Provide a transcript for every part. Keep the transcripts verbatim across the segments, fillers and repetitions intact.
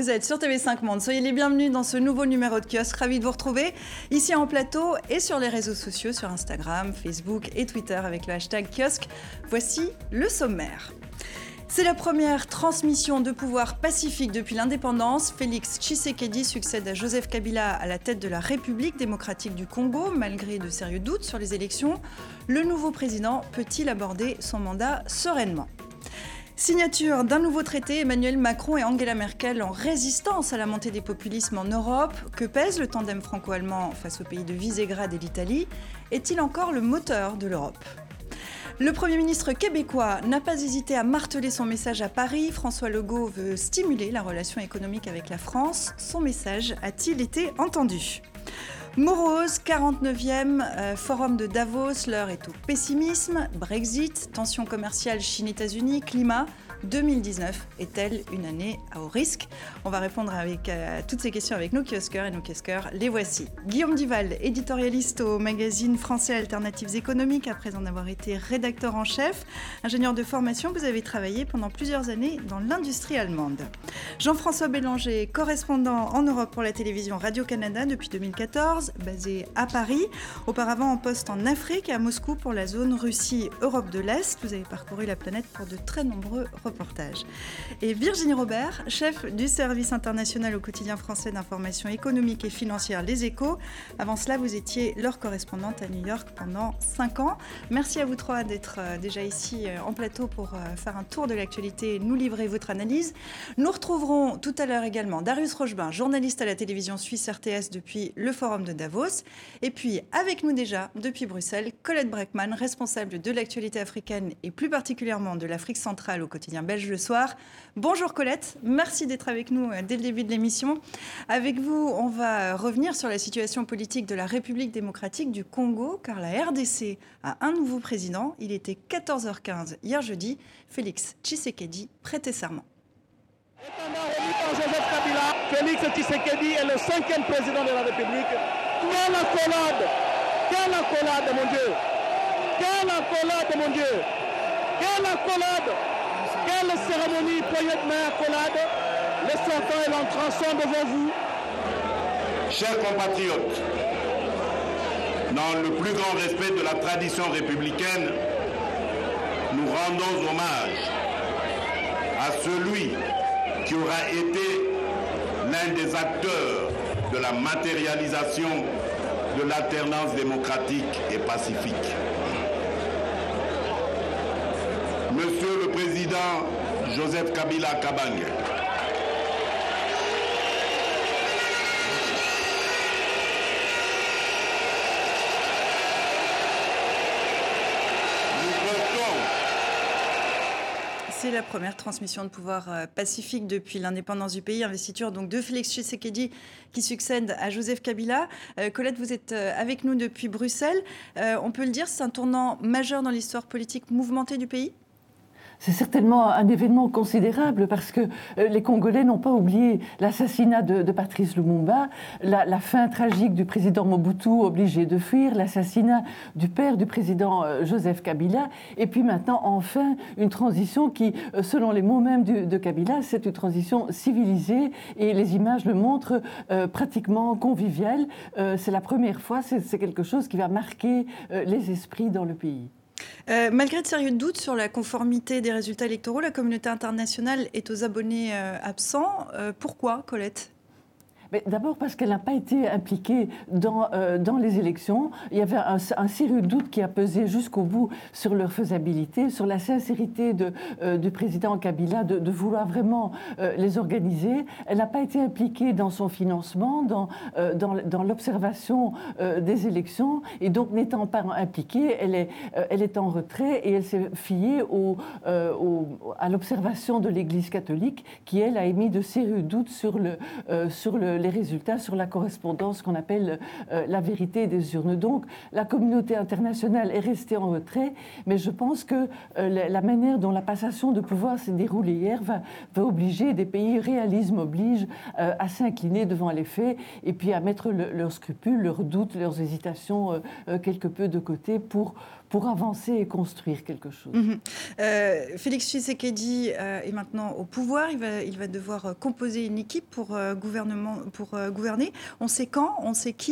vous êtes sur T V cinq Monde. Soyez les bienvenus dans ce nouveau numéro de Kiosque. Ravi de vous retrouver ici en plateau et sur les réseaux sociaux, sur Instagram, Facebook et Twitter avec le hashtag Kiosque. Voici le sommaire. C'est la première transmission de pouvoir pacifique depuis l'indépendance. Félix Tshisekedi succède à Joseph Kabila à la tête de la République démocratique du Congo, malgré de sérieux doutes sur les élections. Le nouveau président peut-il aborder son mandat sereinement ? Signature d'un nouveau traité, Emmanuel Macron et Angela Merkel en résistance à la montée des populismes en Europe. Que pèse le tandem franco-allemand face aux pays de Visegrad et l'Italie ? Est-il encore le moteur de l'Europe ? Le Premier ministre québécois n'a pas hésité à marteler son message à Paris. François Legault veut stimuler la relation économique avec la France. Son message a-t-il été entendu ? Morose, quarante-neuvième euh, forum de Davos, l'heure est au pessimisme. Brexit, tensions commerciales Chine-États-Unis, climat. deux mille dix-neuf est-elle une année à haut risque ? On va répondre avec, euh, à toutes ces questions avec nos kiosqueurs et nos kiosqueurs. Les voici. Guillaume Duval, éditorialiste au magazine français Alternatives économiques, après en avoir été rédacteur en chef. Ingénieur de formation, vous avez travaillé pendant plusieurs années dans l'industrie allemande. Jean-François Bélanger, correspondant en Europe pour la télévision Radio-Canada depuis deux mille quatorze, basé à Paris. Auparavant en poste en Afrique et à Moscou pour la zone Russie-Europe de l'Est. Vous avez parcouru la planète pour de très nombreux reportage. Et Virginie Robert, chef du service international au quotidien français d'information économique et financière Les Échos. Avant cela, vous étiez leur correspondante à New York pendant cinq ans. Merci à vous trois d'être déjà ici en plateau pour faire un tour de l'actualité et nous livrer votre analyse. Nous retrouverons tout à l'heure également Darius Rochebin, journaliste à la télévision suisse R T S depuis le forum de Davos. Et puis, avec nous déjà, depuis Bruxelles, Colette Breckman, responsable de l'actualité africaine et plus particulièrement de l'Afrique centrale au quotidien belge Le Soir. Bonjour Colette, merci d'être avec nous dès le début de l'émission. Avec vous, on va revenir sur la situation politique de la République démocratique du Congo, car la R D C a un nouveau président. Il était quatorze heures quinze hier jeudi. Félix Tshisekedi prêtait serment. Étant élu par Joseph Kabila, Félix Tshisekedi est le cinquième président de la République. Quelle accolade! Quelle accolade, mon Dieu! Quelle accolade, mon Dieu! Quelle accolade! Quelle cérémonie, poignée de main, accolade! Les serpents et l'entrant sont devant vous. Chers compatriotes, dans le plus grand respect de la tradition républicaine, nous rendons hommage à celui qui aura été l'un des acteurs de la matérialisation de l'alternance démocratique et pacifique. Monsieur le Président Joseph Kabila Kabange, C'est la première transmission de pouvoir pacifique depuis l'indépendance du pays. Investiture donc de Félix Tshisekedi qui succède à Joseph Kabila. Euh, Colette, vous êtes avec nous depuis Bruxelles. Euh, on peut le dire, c'est un tournant majeur dans l'histoire politique mouvementée du pays ? C'est certainement un événement considérable parce que les Congolais n'ont pas oublié l'assassinat de, de Patrice Lumumba, la, la fin tragique du président Mobutu obligé de fuir, l'assassinat du père du président Joseph Kabila, et puis maintenant, enfin, une transition qui, selon les mots même du, de Kabila, c'est une transition civilisée et les images le montrent euh, pratiquement conviviale. Euh, c'est la première fois, c'est, c'est quelque chose qui va marquer euh, les esprits dans le pays. Euh, malgré de sérieux doutes sur la conformité des résultats électoraux, la communauté internationale est aux abonnés euh, absents. Euh, pourquoi, Colette ? Mais d'abord parce qu'elle n'a pas été impliquée dans, euh, dans les élections. Il y avait un, un sérieux doute qui a pesé jusqu'au bout sur leur faisabilité, sur la sincérité de, euh, du président Kabila de, de vouloir vraiment euh, les organiser. Elle n'a pas été impliquée dans son financement, dans, euh, dans, dans l'observation euh, des élections. Et donc, n'étant pas impliquée, elle est, euh, elle est en retrait et elle s'est fiée au, euh, au, à l'observation de l'Église catholique qui, elle, a émis de sérieux doutes sur le, euh, sur le les résultats sur la correspondance qu'on appelle euh, la vérité des urnes. Donc la communauté internationale est restée en retrait, mais je pense que euh, la, la manière dont la passation de pouvoir s'est déroulée hier va, va obliger des pays, réalisme oblige, euh, à s'incliner devant les faits et puis à mettre le, leurs scrupules, leurs doutes, leurs hésitations euh, euh, quelque peu de côté pour, pour avancer et construire quelque chose. Mmh. Euh, Félix Tshisekedi euh, est maintenant au pouvoir. Il va, il va devoir composer une équipe pour, euh, gouvernement, pour euh, gouverner. On sait quand, on sait qui ?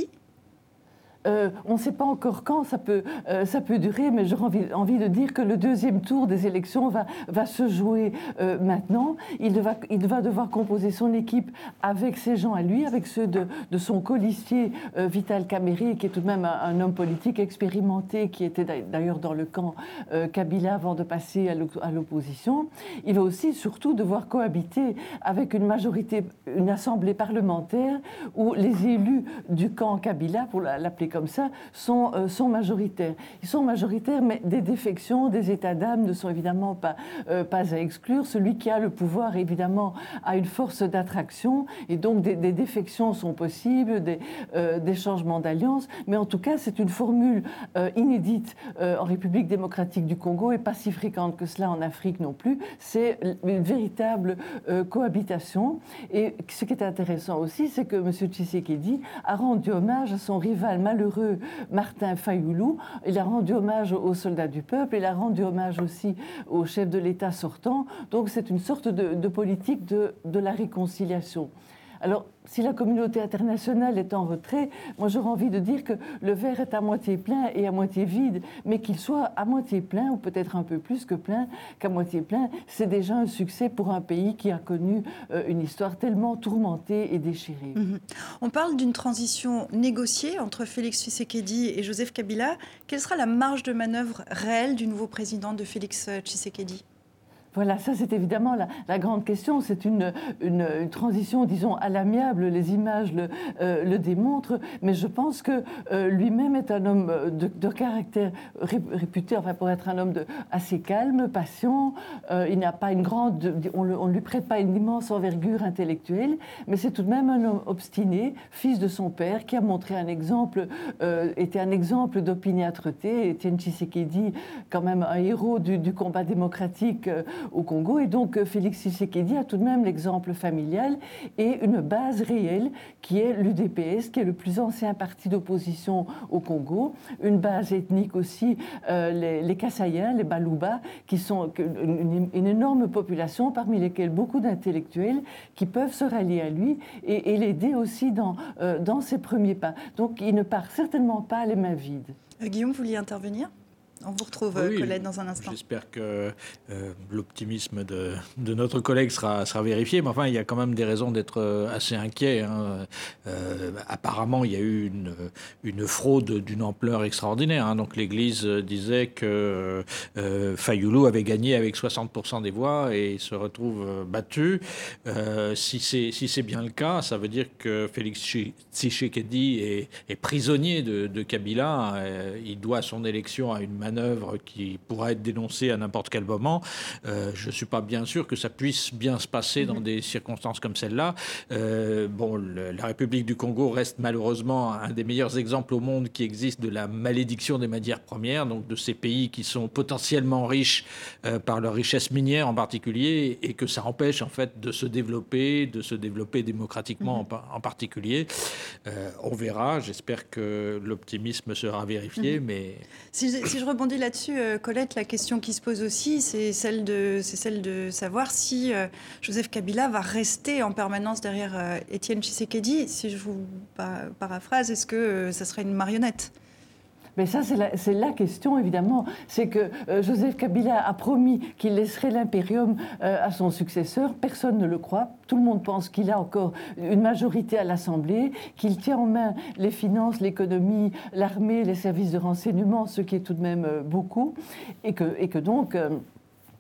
Euh, on ne sait pas encore quand ça peut, euh, ça peut durer, mais j'aurais envie, envie de dire que le deuxième tour des élections va, va se jouer euh, maintenant. Il va, il va devoir composer son équipe avec ses gens à lui, avec ceux de, de son colistier euh, Vital Kamerhe, qui est tout de même un, un homme politique expérimenté, qui était d'ailleurs dans le camp euh, Kabila avant de passer à l'opposition. Il va aussi surtout devoir cohabiter avec une majorité, une assemblée parlementaire où les élus du camp Kabila, pour l'appeler comme ça, sont, euh, sont majoritaires. Ils sont majoritaires, mais des défections, des états d'âme ne sont évidemment pas, euh, pas à exclure. Celui qui a le pouvoir, évidemment, a une force d'attraction, et donc des, des défections sont possibles, des, euh, des changements d'alliance, mais en tout cas, c'est une formule euh, inédite euh, en République démocratique du Congo, et pas si fréquente que cela en Afrique non plus. C'est une véritable euh, cohabitation. Et ce qui est intéressant aussi, c'est que M. Tshisekedi a rendu hommage à son rival malheureux Martin Fayoulou. Il a rendu hommage aux soldats du peuple, il a rendu hommage aussi au chef de l'État sortant. Donc c'est une sorte de, de politique de, de la réconciliation. Alors, si la communauté internationale est en retrait, moi j'aurais envie de dire que le verre est à moitié plein et à moitié vide, mais qu'il soit à moitié plein, ou peut-être un peu plus que plein, qu'à moitié plein, c'est déjà un succès pour un pays qui a connu euh, une histoire tellement tourmentée et déchirée. Mmh. On parle d'une transition négociée entre Félix Tshisekedi et Joseph Kabila. Quelle sera la marge de manœuvre réelle du nouveau président de Félix Tshisekedi ? Voilà, ça c'est évidemment la, la grande question. C'est une, une, une transition, disons, à l'amiable. Les images le, euh, le démontrent. Mais je pense que euh, lui-même est un homme de, de caractère réputé, enfin pour être un homme de, assez calme, patient. Euh, il n'a pas une grande, on ne lui prête pas une immense envergure intellectuelle, mais c'est tout de même un homme obstiné, fils de son père, qui a montré un exemple, euh, était un exemple d'opiniâtreté. Étienne Tshisekedi, quand même un héros du, du combat démocratique euh, au Congo. Et donc, Félix Tshisekedi a tout de même l'exemple familial et une base réelle qui est l'U D P S, qui est le plus ancien parti d'opposition au Congo. Une base ethnique aussi, euh, les, les Kassayens, les Baluba, qui sont une, une énorme population, parmi lesquels beaucoup d'intellectuels qui peuvent se rallier à lui et, et l'aider aussi dans, euh, dans ses premiers pas. Donc, il ne part certainement pas les mains vides. Euh, Guillaume, vous vouliez intervenir ? On vous retrouve, oui, Colette, dans un instant. J'espère que euh, l'optimisme de, de notre collègue sera, sera vérifié, mais enfin, il y a quand même des raisons d'être assez inquiet. Hein. Euh, apparemment, il y a eu une, une fraude d'une ampleur extraordinaire. Hein. Donc, l'Église disait que euh, Fayoulou avait gagné avec soixante pour cent des voix et se retrouve battu. Euh, si c'est si c'est bien le cas, ça veut dire que Félix Tshisekedi est, est prisonnier de, de Kabila. Euh, il doit son élection à une manœuvre qui pourra être dénoncée à n'importe quel moment. Euh, je ne suis pas bien sûr que ça puisse bien se passer dans des circonstances comme celle-là. Euh, bon, le, la République du Congo reste malheureusement un des meilleurs exemples au monde qui existe de la malédiction des matières premières, donc de ces pays qui sont potentiellement riches euh, par leur richesse minière en particulier, et que ça empêche en fait de se développer, de se développer démocratiquement mm-hmm. en, en particulier. Euh, on verra. J'espère que l'optimisme sera vérifié, mm-hmm. mais... Si je, si je rebondis là-dessus, euh, Colette, la question qui se pose aussi, c'est celle de, c'est celle de savoir si euh, Joseph Kabila va rester en permanence derrière euh, Étienne Tshisekedi. Si je vous pa- paraphrase, est-ce que euh, ça serait une marionnette ? Mais ça, c'est la, c'est la question, évidemment. C'est que euh, Joseph Kabila a promis qu'il laisserait l'impérium euh, à son successeur. Personne ne le croit. Tout le monde pense qu'il a encore une majorité à l'Assemblée, qu'il tient en main les finances, l'économie, l'armée, les services de renseignement, ce qui est tout de même euh, beaucoup. Et que, et que donc... Euh,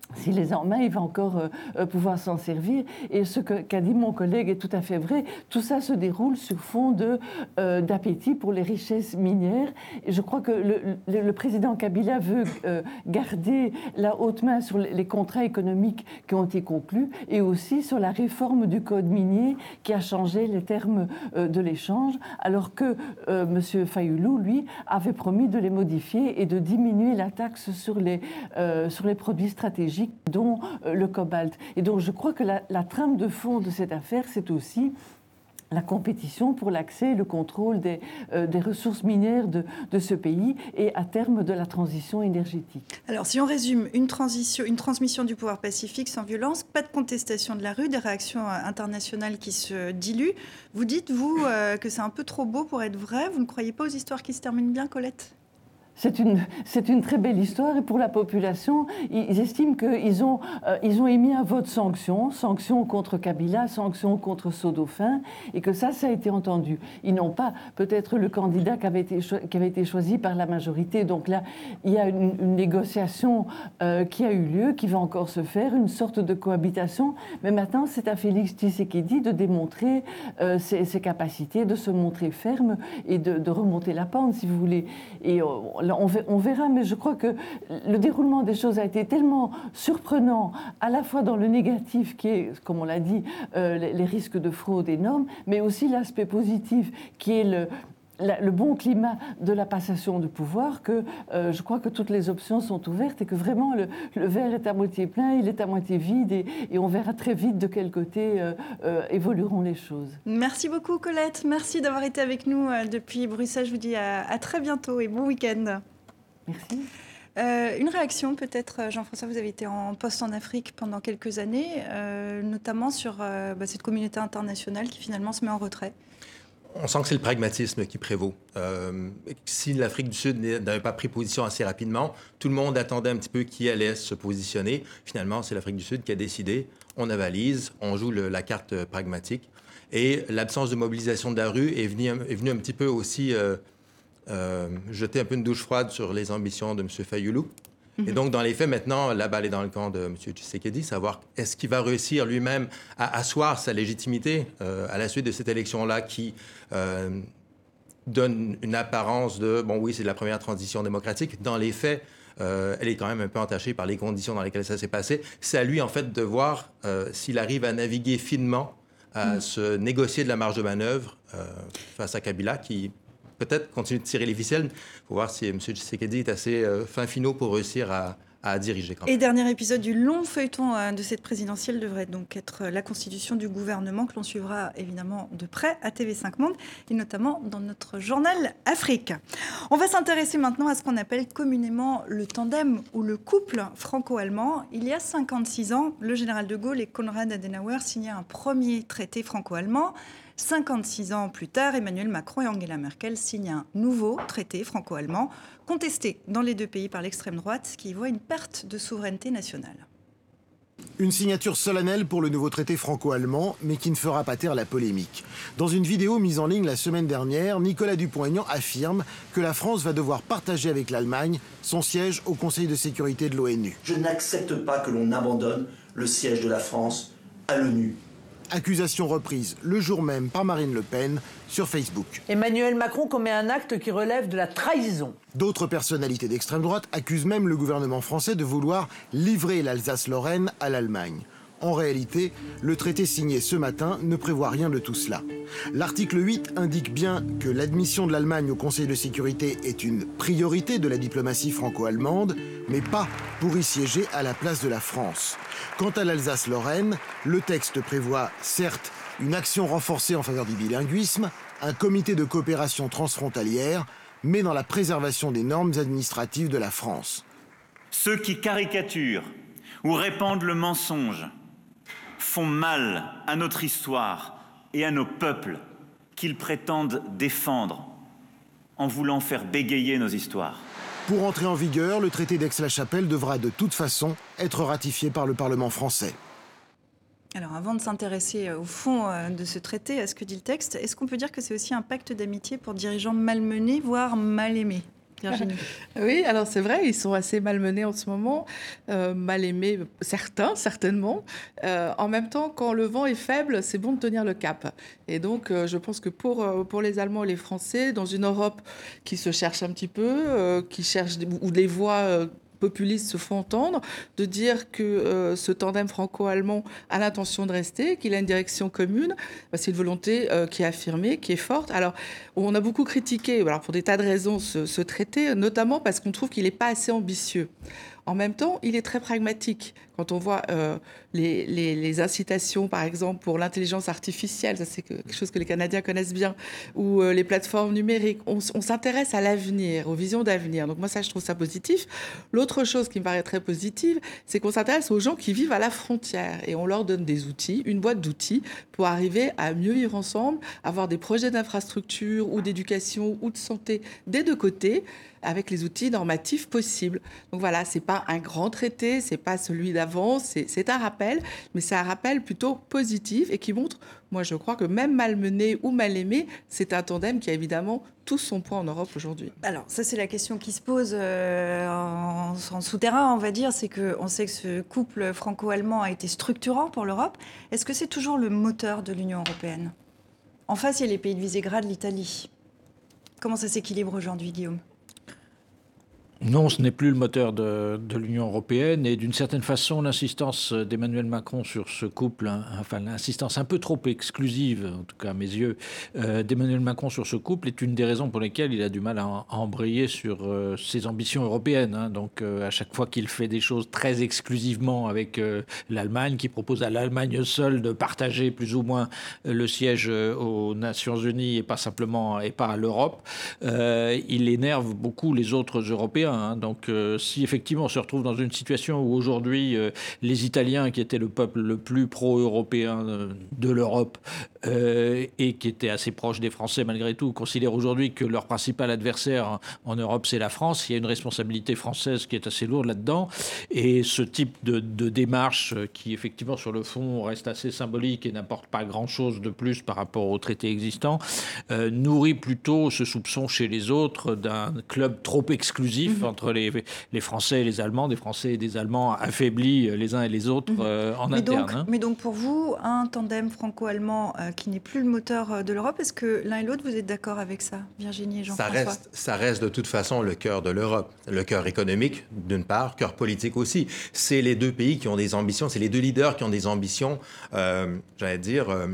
s'il les a en main, il va encore euh, pouvoir s'en servir. Et ce que, qu'a dit mon collègue est tout à fait vrai. Tout ça se déroule sur fond de, euh, d'appétit pour les richesses minières. Et je crois que le, le, le président Kabila veut euh, garder la haute main sur les, les contrats économiques qui ont été conclus et aussi sur la réforme du code minier qui a changé les termes euh, de l'échange, alors que euh, M. Fayoulou, lui, avait promis de les modifier et de diminuer la taxe sur les, euh, sur les produits stratégiques, dont euh, le cobalt. Et donc je crois que la, la trame de fond de cette affaire, c'est aussi la compétition pour l'accès et le contrôle des, euh, des ressources minières de, de ce pays et à terme de la transition énergétique. Alors si on résume, une, transition, une transmission du pouvoir pacifique sans violence, pas de contestation de la rue, des réactions internationales qui se diluent. Vous dites, vous, euh, que c'est un peu trop beau pour être vrai. Vous ne croyez pas aux histoires qui se terminent bien, Colette ? C'est une, c'est une très belle histoire et pour la population, ils estiment qu'ils ont, euh, ils ont émis un vote sanction, sanction contre Kabila, sanction contre Sodauphin, et que ça, ça a été entendu. Ils n'ont pas peut-être le candidat qui avait été, cho- qui avait été choisi par la majorité. Donc là, il y a une, une négociation euh, qui a eu lieu, qui va encore se faire, une sorte de cohabitation. Mais maintenant, c'est à Félix Tshisekedi de démontrer euh, ses, ses capacités, de se montrer ferme et de, de remonter la pente, si vous voulez. Et euh, on verra, mais je crois que le déroulement des choses a été tellement surprenant, à la fois dans le négatif, qui est, comme on l'a dit, euh, les, les risques de fraude énormes, mais aussi l'aspect positif, qui est le, la, le bon climat de la passation de pouvoir, que euh, je crois que toutes les options sont ouvertes et que vraiment le, le verre est à moitié plein, il est à moitié vide, et, et on verra très vite de quel côté euh, euh, évolueront les choses. Merci beaucoup Colette, merci d'avoir été avec nous euh, depuis Bruxelles. Je vous dis à, à très bientôt et bon week-end. Merci. Euh, une réaction peut-être, Jean-François, vous avez été en poste en Afrique pendant quelques années, euh, notamment sur euh, bah, cette communauté internationale qui finalement se met en retrait. On sent que c'est le pragmatisme qui prévaut. Euh, si l'Afrique du Sud n'avait pas pris position assez rapidement, tout le monde attendait un petit peu qui allait se positionner. Finalement, c'est l'Afrique du Sud qui a décidé. On avalise, on joue le, la carte pragmatique. Et l'absence de mobilisation de la rue est venue, est venue un petit peu aussi euh, euh, jeter un peu une douche froide sur les ambitions de M. Fayoulou. Et donc, dans les faits, maintenant, la balle est dans le camp de M. Tshisekedi, savoir est-ce qu'il va réussir lui-même à asseoir sa légitimité euh, à la suite de cette élection-là qui euh, donne une apparence de, bon oui, c'est de la première transition démocratique. Dans les faits, euh, elle est quand même un peu entachée par les conditions dans lesquelles ça s'est passé. C'est à lui, en fait, de voir euh, s'il arrive à naviguer finement, à mmh. se négocier de la marge de manœuvre euh, face à Kabila, qui peut-être continue de tirer les ficelles. Il faut voir si M. Tshisekedi est assez euh, fin finot pour réussir à, à diriger. Quand même. Et dernier épisode du long feuilleton euh, de cette présidentielle devrait donc être la constitution du gouvernement que l'on suivra évidemment de près à T V cinq Monde et notamment dans notre journal Afrique. On va s'intéresser maintenant à ce qu'on appelle communément le tandem ou le couple franco-allemand. Il y a cinquante-six ans, le général de Gaulle et Konrad Adenauer signaient un premier traité franco-allemand. cinquante-six ans plus tard, Emmanuel Macron et Angela Merkel signent un nouveau traité franco-allemand, contesté dans les deux pays par l'extrême droite, qui y voit une perte de souveraineté nationale. Une signature solennelle pour le nouveau traité franco-allemand, mais qui ne fera pas taire la polémique. Dans une vidéo mise en ligne la semaine dernière, Nicolas Dupont-Aignan affirme que la France va devoir partager avec l'Allemagne son siège au Conseil de sécurité de l'ONU. Je n'accepte pas que l'on abandonne le siège de la France à l'ONU. Accusation reprise le jour même par Marine Le Pen sur Facebook. Emmanuel Macron commet un acte qui relève de la trahison. D'autres personnalités d'extrême droite accusent même le gouvernement français de vouloir livrer l'Alsace-Lorraine à l'Allemagne. En réalité, le traité signé ce matin ne prévoit rien de tout cela. L'article huit indique bien que l'admission de l'Allemagne au Conseil de sécurité est une priorité de la diplomatie franco-allemande, mais pas pour y siéger à la place de la France. Quant à l'Alsace-Lorraine, le texte prévoit certes une action renforcée en faveur du bilinguisme, un comité de coopération transfrontalière, mais dans la préservation des normes administratives de la France. Ceux qui caricaturent ou répandent le mensonge font mal à notre histoire et à nos peuples qu'ils prétendent défendre en voulant faire bégayer nos histoires. Pour entrer en vigueur, le traité d'Aix-la-Chapelle devra de toute façon être ratifié par le Parlement français. Alors avant de s'intéresser au fond de ce traité, à ce que dit le texte, est-ce qu'on peut dire que c'est aussi un pacte d'amitié pour dirigeants malmenés, voire mal aimés ? Virginie. Oui, alors c'est vrai, ils sont assez malmenés en ce moment, euh, mal aimés, certains, certainement. Euh, en même temps, quand le vent est faible, c'est bon de tenir le cap. Et donc, euh, je pense que pour, euh, pour les Allemands et les Français, dans une Europe qui se cherche un petit peu, euh, qui cherche, où les voix euh, populistes se font entendre, de dire que euh, ce tandem franco-allemand a l'intention de rester, qu'il a une direction commune, bah, c'est une volonté euh, qui est affirmée, qui est forte. Alors, on a beaucoup critiqué, alors pour des tas de raisons, ce, ce traité, notamment parce qu'on trouve qu'il n'est pas assez ambitieux. En même temps, il est très pragmatique. Quand on voit euh, les, les, les incitations, par exemple, pour l'intelligence artificielle, ça c'est quelque chose que les Canadiens connaissent bien, ou euh, les plateformes numériques, on, on s'intéresse à l'avenir, aux visions d'avenir. Donc moi, ça, je trouve ça positif. L'autre chose qui me paraît très positive, c'est qu'on s'intéresse aux gens qui vivent à la frontière et on leur donne des outils, une boîte d'outils pour arriver à mieux vivre ensemble, avoir des projets d'infrastructure ou d'éducation ou de santé des deux côtés, avec les outils normatifs possibles. Donc voilà, c'est pas un grand traité, c'est pas celui d'avant, c'est, c'est un rappel, mais c'est un rappel plutôt positif et qui montre, moi je crois que même malmené ou mal aimé, c'est un tandem qui a évidemment tout son poids en Europe aujourd'hui. Alors ça c'est la question qui se pose euh, en, en souterrain, on va dire, c'est qu'on sait que ce couple franco-allemand a été structurant pour l'Europe. Est-ce que c'est toujours le moteur de l'Union européenne ? En face, il y a les pays de Visegrad, l'Italie. Comment ça s'équilibre aujourd'hui, Guillaume ? Non, ce n'est plus le moteur de, de l'Union européenne et d'une certaine façon, l'insistance d'Emmanuel Macron sur ce couple, hein, enfin l'insistance un peu trop exclusive, en tout cas à mes yeux, euh, d'Emmanuel Macron sur ce couple est une des raisons pour lesquelles il a du mal à, à embrayer sur euh, ses ambitions européennes. Hein. Donc euh, à chaque fois qu'il fait des choses très exclusivement avec euh, l'Allemagne, qui propose à l'Allemagne seule de partager plus ou moins le siège aux Nations Unies et pas simplement et pas à l'Europe, euh, il énerve beaucoup les autres Européens. Donc euh, si effectivement on se retrouve dans une situation où aujourd'hui euh, les Italiens, qui étaient le peuple le plus pro-européen de, de l'Europe euh, et qui étaient assez proches des Français malgré tout, considèrent aujourd'hui que leur principal adversaire en Europe c'est la France, il y a une responsabilité française qui est assez lourde là-dedans. Et ce type de, de démarche qui effectivement sur le fond reste assez symbolique et n'apporte pas grand-chose de plus par rapport au traité existant, euh, nourrit plutôt ce soupçon chez les autres d'un club trop exclusif entre les, les Français et les Allemands, des Français et des Allemands affaiblis les uns et les autres euh, en mais interne. Donc, hein. Mais donc pour vous, un tandem franco-allemand euh, qui n'est plus le moteur de l'Europe, est-ce que l'un et l'autre, vous êtes d'accord avec ça, Virginie et Jean-François ? Ça reste, ça reste de toute façon le cœur de l'Europe. Le cœur économique, d'une part, cœur politique aussi. C'est les deux pays qui ont des ambitions, c'est les deux leaders qui ont des ambitions, euh, j'allais dire... Euh,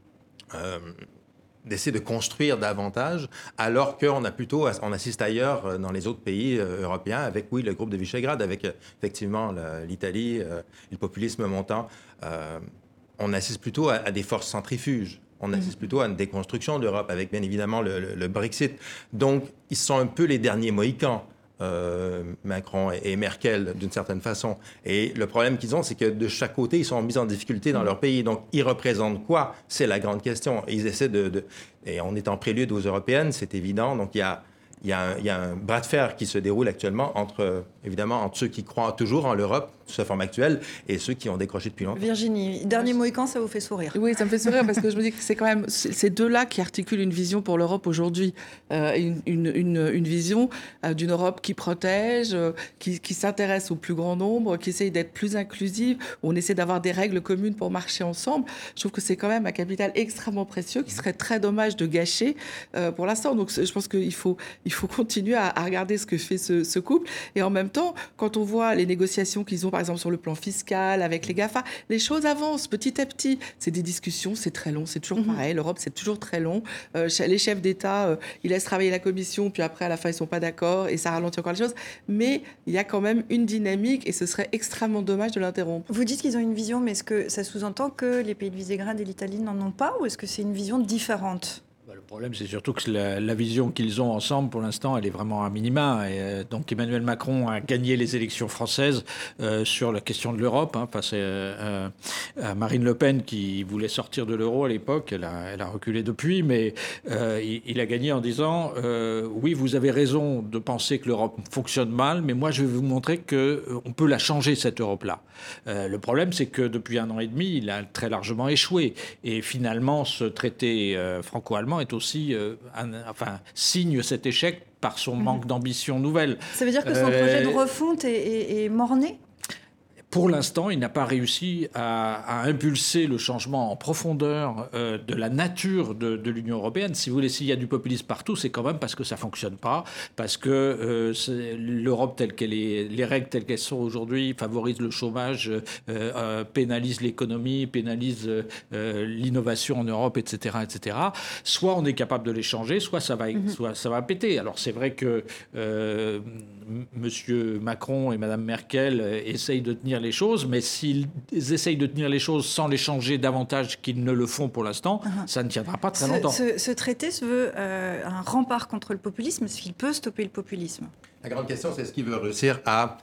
euh, d'essayer de construire davantage, alors qu'on a plutôt, on assiste ailleurs dans les autres pays européens, avec, oui, le groupe de Visegrad, avec effectivement l'Italie, euh, le populisme montant. Euh, on assiste plutôt à, à des forces centrifuges. On assiste plutôt à une déconstruction de l'Europe, avec bien évidemment le, le, le Brexit. Donc, ils sont un peu les derniers Mohicans. Euh, Macron et, et Merkel, d'une certaine façon. Et le problème qu'ils ont, c'est que de chaque côté, ils sont mis en difficulté dans leur pays. Donc, ils représentent quoi? C'est la grande question. Et ils essaient de, de... Et on est en prélude aux européennes, c'est évident. Donc, il y a, il y a un, il y a un bras de fer qui se déroule actuellement entre, évidemment, entre ceux qui croient toujours en l'Europe, sous sa forme actuelle, et ceux qui ont décroché depuis longtemps. Virginie, dernier Mohican, ça vous fait sourire? Oui, ça me fait sourire parce que je me dis que c'est quand même ces deux-là qui articulent une vision pour l'Europe aujourd'hui. Euh, une, une, une, une vision euh, d'une Europe qui protège, euh, qui, qui s'intéresse au plus grand nombre, qui essaye d'être plus inclusive, où on essaie d'avoir des règles communes pour marcher ensemble. Je trouve que c'est quand même un capital extrêmement précieux qui serait très dommage de gâcher euh, pour l'instant. Donc je pense qu'il faut, il faut continuer à, à regarder ce que fait ce, ce couple. Et en même temps, quand on voit les négociations qu'ils ont, par exemple, sur le plan fiscal, avec les GAFA, les choses avancent petit à petit. C'est des discussions, c'est très long, c'est toujours mmh. pareil. L'Europe, c'est toujours très long. Euh, les chefs d'État, euh, ils laissent travailler la Commission, puis après, à la fin, ils ne sont pas d'accord et ça ralentit encore les choses. Mais il y a quand même une dynamique et ce serait extrêmement dommage de l'interrompre. Vous dites qu'ils ont une vision, mais est-ce que ça sous-entend que les pays de Visegrad et l'Italie n'en ont pas, ou est-ce que c'est une vision différente ? Le problème, c'est surtout que la, la vision qu'ils ont ensemble, pour l'instant, elle est vraiment à minima. Et euh, donc Emmanuel Macron a gagné les élections françaises euh, sur la question de l'Europe, hein, face à, euh, à Marine Le Pen, qui voulait sortir de l'euro à l'époque. Elle a, elle a reculé depuis, mais euh, il, il a gagné en disant euh, « Oui, vous avez raison de penser que l'Europe fonctionne mal, mais moi, je vais vous montrer qu'on euh, peut la changer, cette Europe-là. Euh, » Le problème, c'est que depuis un an et demi, il a très largement échoué. Et finalement, ce traité euh, franco-allemand est aussi aussi, euh, un, enfin, signe cet échec par son manque d'ambition nouvelle. Ça veut dire que son euh, projet de refonte est, est, est mort-né ? Pour l'instant, il n'a pas réussi à, à impulser le changement en profondeur euh, de la nature de, de l'Union européenne. Si vous voulez, s'il y a du populisme partout, c'est quand même parce que ça ne fonctionne pas, parce que euh, l'Europe telle qu'elle est, les règles telles qu'elles sont aujourd'hui favorisent le chômage, euh, euh, pénalisent l'économie, pénalisent euh, l'innovation en Europe, et cetera, et cetera. Soit on est capable de les changer, soit ça va, mm-hmm. soit ça va péter. Alors c'est vrai que euh, M. Macron et Mme Merkel essayent de tenir les choses, mais s'ils essayent de tenir les choses sans les changer davantage qu'ils ne le font pour l'instant, uh-huh. ça ne tiendra pas très ce, longtemps. Ce, ce traité se veut euh, un rempart contre le populisme. Est-ce qu'il peut stopper le populisme ? La grande question, c'est est-ce qu'il veut réussir à,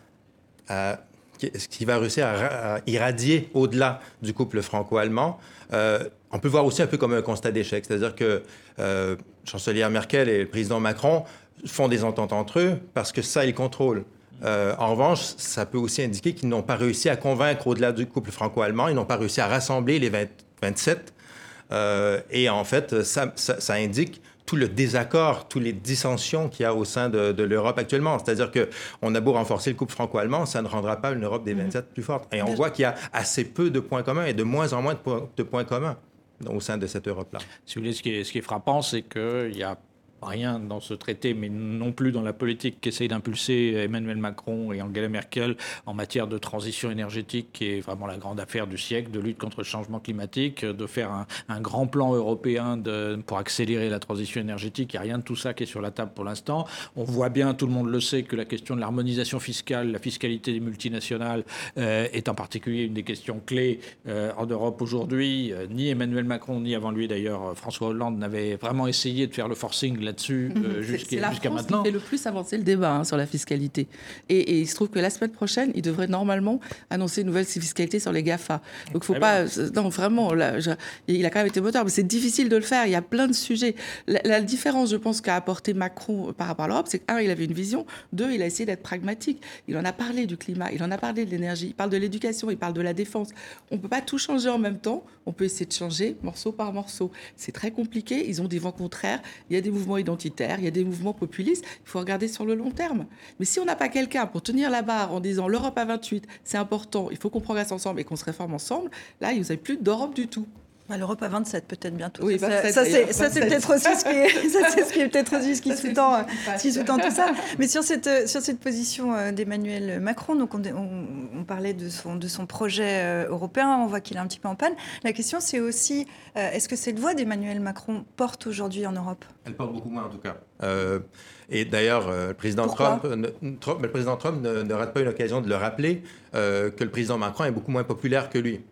à est-ce qu'il va réussir à, à irradier au-delà du couple franco-allemand. Euh, on peut voir aussi un peu comme un constat d'échec, c'est-à-dire que euh, chancelière Merkel et le président Macron font des ententes entre eux parce que ça, ils contrôlent. Euh, en revanche, ça peut aussi indiquer qu'ils n'ont pas réussi à convaincre au-delà du couple franco-allemand, ils n'ont pas réussi à rassembler les vingt, vingt-sept. Euh, et en fait, ça, ça, ça indique tout le désaccord, toutes les dissensions qu'il y a au sein de, de l'Europe actuellement. C'est-à-dire qu'on a beau renforcer le couple franco-allemand, ça ne rendra pas une Europe des vingt-sept mmh. plus forte. Et on voit qu'il y a assez peu de points communs et de moins en moins de points, de points communs au sein de cette Europe-là. Si vous voulez, ce qui est, ce qui est frappant, c'est qu'il y a rien dans ce traité, mais non plus dans la politique qu'essayent d'impulser Emmanuel Macron et Angela Merkel en matière de transition énergétique, qui est vraiment la grande affaire du siècle, de lutte contre le changement climatique, de faire un, un grand plan européen de, pour accélérer la transition énergétique. Il n'y a rien de tout ça qui est sur la table pour l'instant. On voit bien, tout le monde le sait, que la question de l'harmonisation fiscale, la fiscalité des multinationales euh, est en particulier une des questions clés euh, en Europe aujourd'hui. Euh, ni Emmanuel Macron, ni avant lui d'ailleurs François Hollande n'avaient vraiment essayé de faire le forcing là-dessus euh, jusqu'à, c'est la jusqu'à France maintenant. qui fait le plus avancer le débat hein, sur la fiscalité. Et, et il se trouve que la semaine prochaine, il devrait normalement annoncer une nouvelle fiscalité sur les GAFA. Donc, faut pas... Non, vraiment, là, je, il a quand même été moteur, mais c'est difficile de le faire. Il y a plein de sujets. La, la différence, je pense, qu'a apporté Macron par rapport à l'Europe, c'est qu'un, il avait une vision. Deux, il a essayé d'être pragmatique. Il en a parlé du climat, il en a parlé de l'énergie, il parle de l'éducation, il parle de la défense. On ne peut pas tout changer en même temps. On peut essayer de changer morceau par morceau. C'est très compliqué. Ils ont des vents contraires. Il y a des mouvements identitaires, il y a des mouvements populistes, il faut regarder sur le long terme. Mais si on n'a pas quelqu'un pour tenir la barre en disant l'Europe à vingt-huit, c'est important, il faut qu'on progresse ensemble et qu'on se réforme ensemble, là, vous n'avez plus d'Europe du tout. L'Europe à vingt-sept, peut-être bientôt. Oui, ça, vingt-sept, ça, c'est, ça, c'est peut-être aussi ce qui est, ça, c'est ce qui est peut-être aussi ce qui ça, sous-tend, ce qui sous-tend tout ça. Mais sur cette, sur cette position d'Emmanuel Macron, donc on, on, on parlait de son, de son projet européen, on voit qu'il est un petit peu en panne. La question, c'est aussi, euh, est-ce que cette voix d'Emmanuel Macron porte aujourd'hui en Europe ? Elle porte beaucoup moins, en tout cas. Euh, et d'ailleurs, euh, le président Trump, ne, Trump, le président Trump ne, ne rate pas une occasion de le rappeler euh, que le président Macron est beaucoup moins populaire que lui.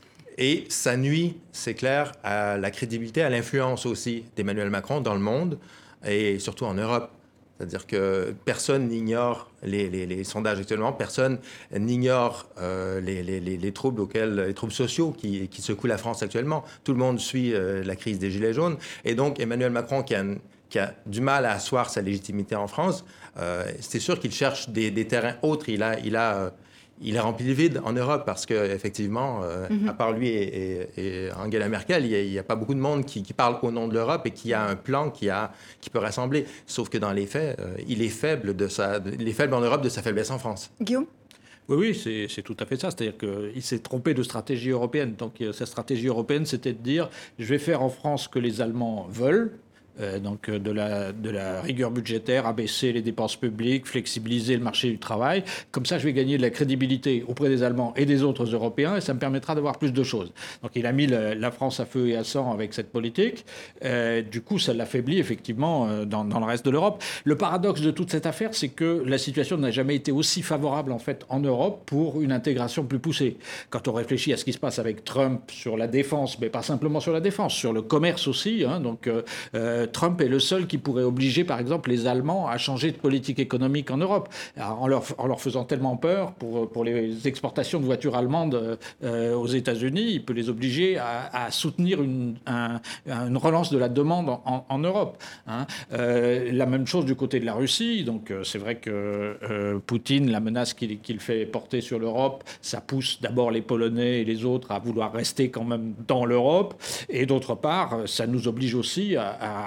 Et ça nuit, c'est clair, à la crédibilité, à l'influence aussi d'Emmanuel Macron dans le monde et surtout en Europe. C'est-à-dire que personne n'ignore les, les, les sondages actuellement, personne n'ignore euh, les, les, les troubles auxquels, les troubles sociaux qui, qui secouent la France actuellement. Tout le monde suit euh, la crise des Gilets jaunes. Et donc, Emmanuel Macron, qui a, qui a du mal à asseoir sa légitimité en France, euh, c'est sûr qu'il cherche des, des terrains autres. Il a... Il a euh, Il a rempli le vide en Europe parce qu'effectivement, euh, mm-hmm. à part lui et, et, et Angela Merkel, il n'y a, a pas beaucoup de monde qui, qui parle au nom de l'Europe et qui a un plan qui, a, qui peut rassembler. Sauf que dans les faits, euh, il est faible de sa, de, il est faible en Europe de sa faiblesse en France. Guillaume ? Oui, oui, c'est, c'est tout à fait ça. C'est-à-dire qu'il s'est trompé de stratégie européenne. Donc sa stratégie européenne, c'était de dire « je vais faire en France ce que les Allemands veulent ». Euh, donc de la, de la rigueur budgétaire, abaisser les dépenses publiques, flexibiliser le marché du travail. Comme ça, je vais gagner de la crédibilité auprès des Allemands et des autres Européens et ça me permettra d'avoir plus de choses. Donc il a mis le, la France à feu et à sang avec cette politique. Euh, du coup, ça l'affaiblit effectivement euh, dans, dans le reste de l'Europe. Le paradoxe de toute cette affaire, c'est que la situation n'a jamais été aussi favorable en fait en Europe pour une intégration plus poussée. Quand on réfléchit à ce qui se passe avec Trump sur la défense, mais pas simplement sur la défense, sur le commerce aussi, hein, donc euh, Trump est le seul qui pourrait obliger, par exemple, les Allemands à changer de politique économique en Europe, en leur, en leur faisant tellement peur pour, pour les exportations de voitures allemandes euh, aux États-Unis. Il peut les obliger à, à soutenir une, un, une relance de la demande en, en Europe. Hein. Euh, la même chose du côté de la Russie. Donc, euh, c'est vrai que euh, Poutine, la menace qu'il, qu'il fait porter sur l'Europe, ça pousse d'abord les Polonais et les autres à vouloir rester quand même dans l'Europe. Et d'autre part, ça nous oblige aussi à, à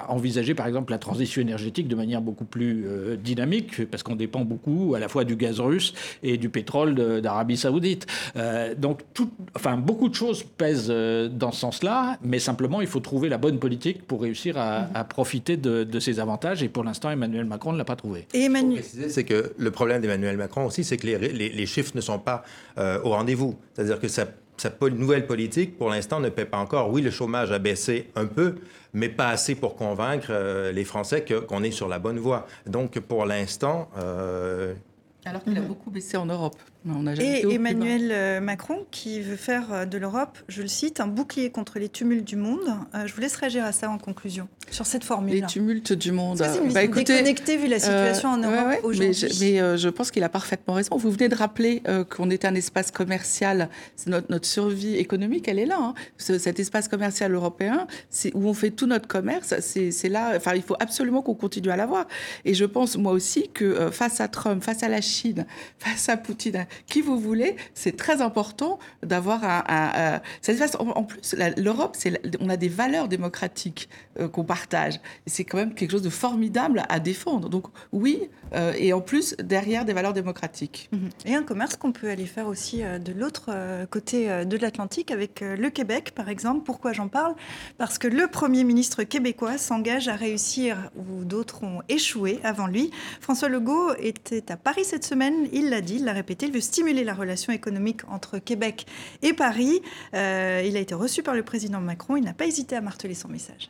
pouvoir envisager, par exemple, la transition énergétique de manière beaucoup plus euh, dynamique, parce qu'on dépend beaucoup à la fois du gaz russe et du pétrole de, d'Arabie Saoudite. Euh, donc, tout, enfin, beaucoup de choses pèsent euh, dans ce sens-là, mais simplement, il faut trouver la bonne politique pour réussir à, mmh. à profiter de, de ces avantages. Et pour l'instant, Emmanuel Macron ne l'a pas trouvé. Et Emmanuel... C'est que le problème d'Emmanuel Macron aussi, c'est que les, les, les chiffres ne sont pas euh, au rendez-vous. C'est-à-dire que sa, sa nouvelle politique, pour l'instant, ne paie pas encore. Oui, le chômage a baissé un peu, mais pas assez pour convaincre euh, les Français que, qu'on est sur la bonne voie. Donc, pour l'instant... Euh... Alors qu'il a beaucoup baissé en Europe. On a Et Emmanuel Macron qui veut faire de l'Europe, je le cite, un bouclier contre les tumultes du monde. Euh, je vous laisse réagir à ça en conclusion, sur cette formule. Les tumultes du monde. C'est une vision bah, déconnectée vu la situation euh, en Europe ouais, ouais, aujourd'hui. Mais, je, mais euh, je pense qu'il a parfaitement raison. Vous venez de rappeler euh, qu'on est un espace commercial. C'est notre, notre survie économique, elle est là. Hein. Ce, cet espace commercial européen, c'est où on fait tout notre commerce, c'est, c'est là. Enfin, il faut absolument qu'on continue à l'avoir. Et je pense, moi aussi, que euh, face à Trump, face à la Chine, face à Poutine, qui vous voulez, c'est très important d'avoir un... un, un cette face, en, en plus, la, l'Europe, c'est, on a des valeurs démocratiques euh, qu'on partage. Et c'est quand même quelque chose de formidable à défendre. Donc oui, euh, et en plus, derrière des valeurs démocratiques. Et un commerce qu'on peut aller faire aussi euh, de l'autre euh, côté euh, de l'Atlantique, avec euh, le Québec, par exemple. Pourquoi j'en parle ? Parce que le Premier ministre québécois s'engage à réussir où d'autres ont échoué avant lui. François Legault était à Paris cette semaine. Il l'a dit, il l'a répété, il veut stimuler la relation économique entre Québec et Paris. Euh, il a été reçu par le président Macron. Il n'a pas hésité à marteler son message.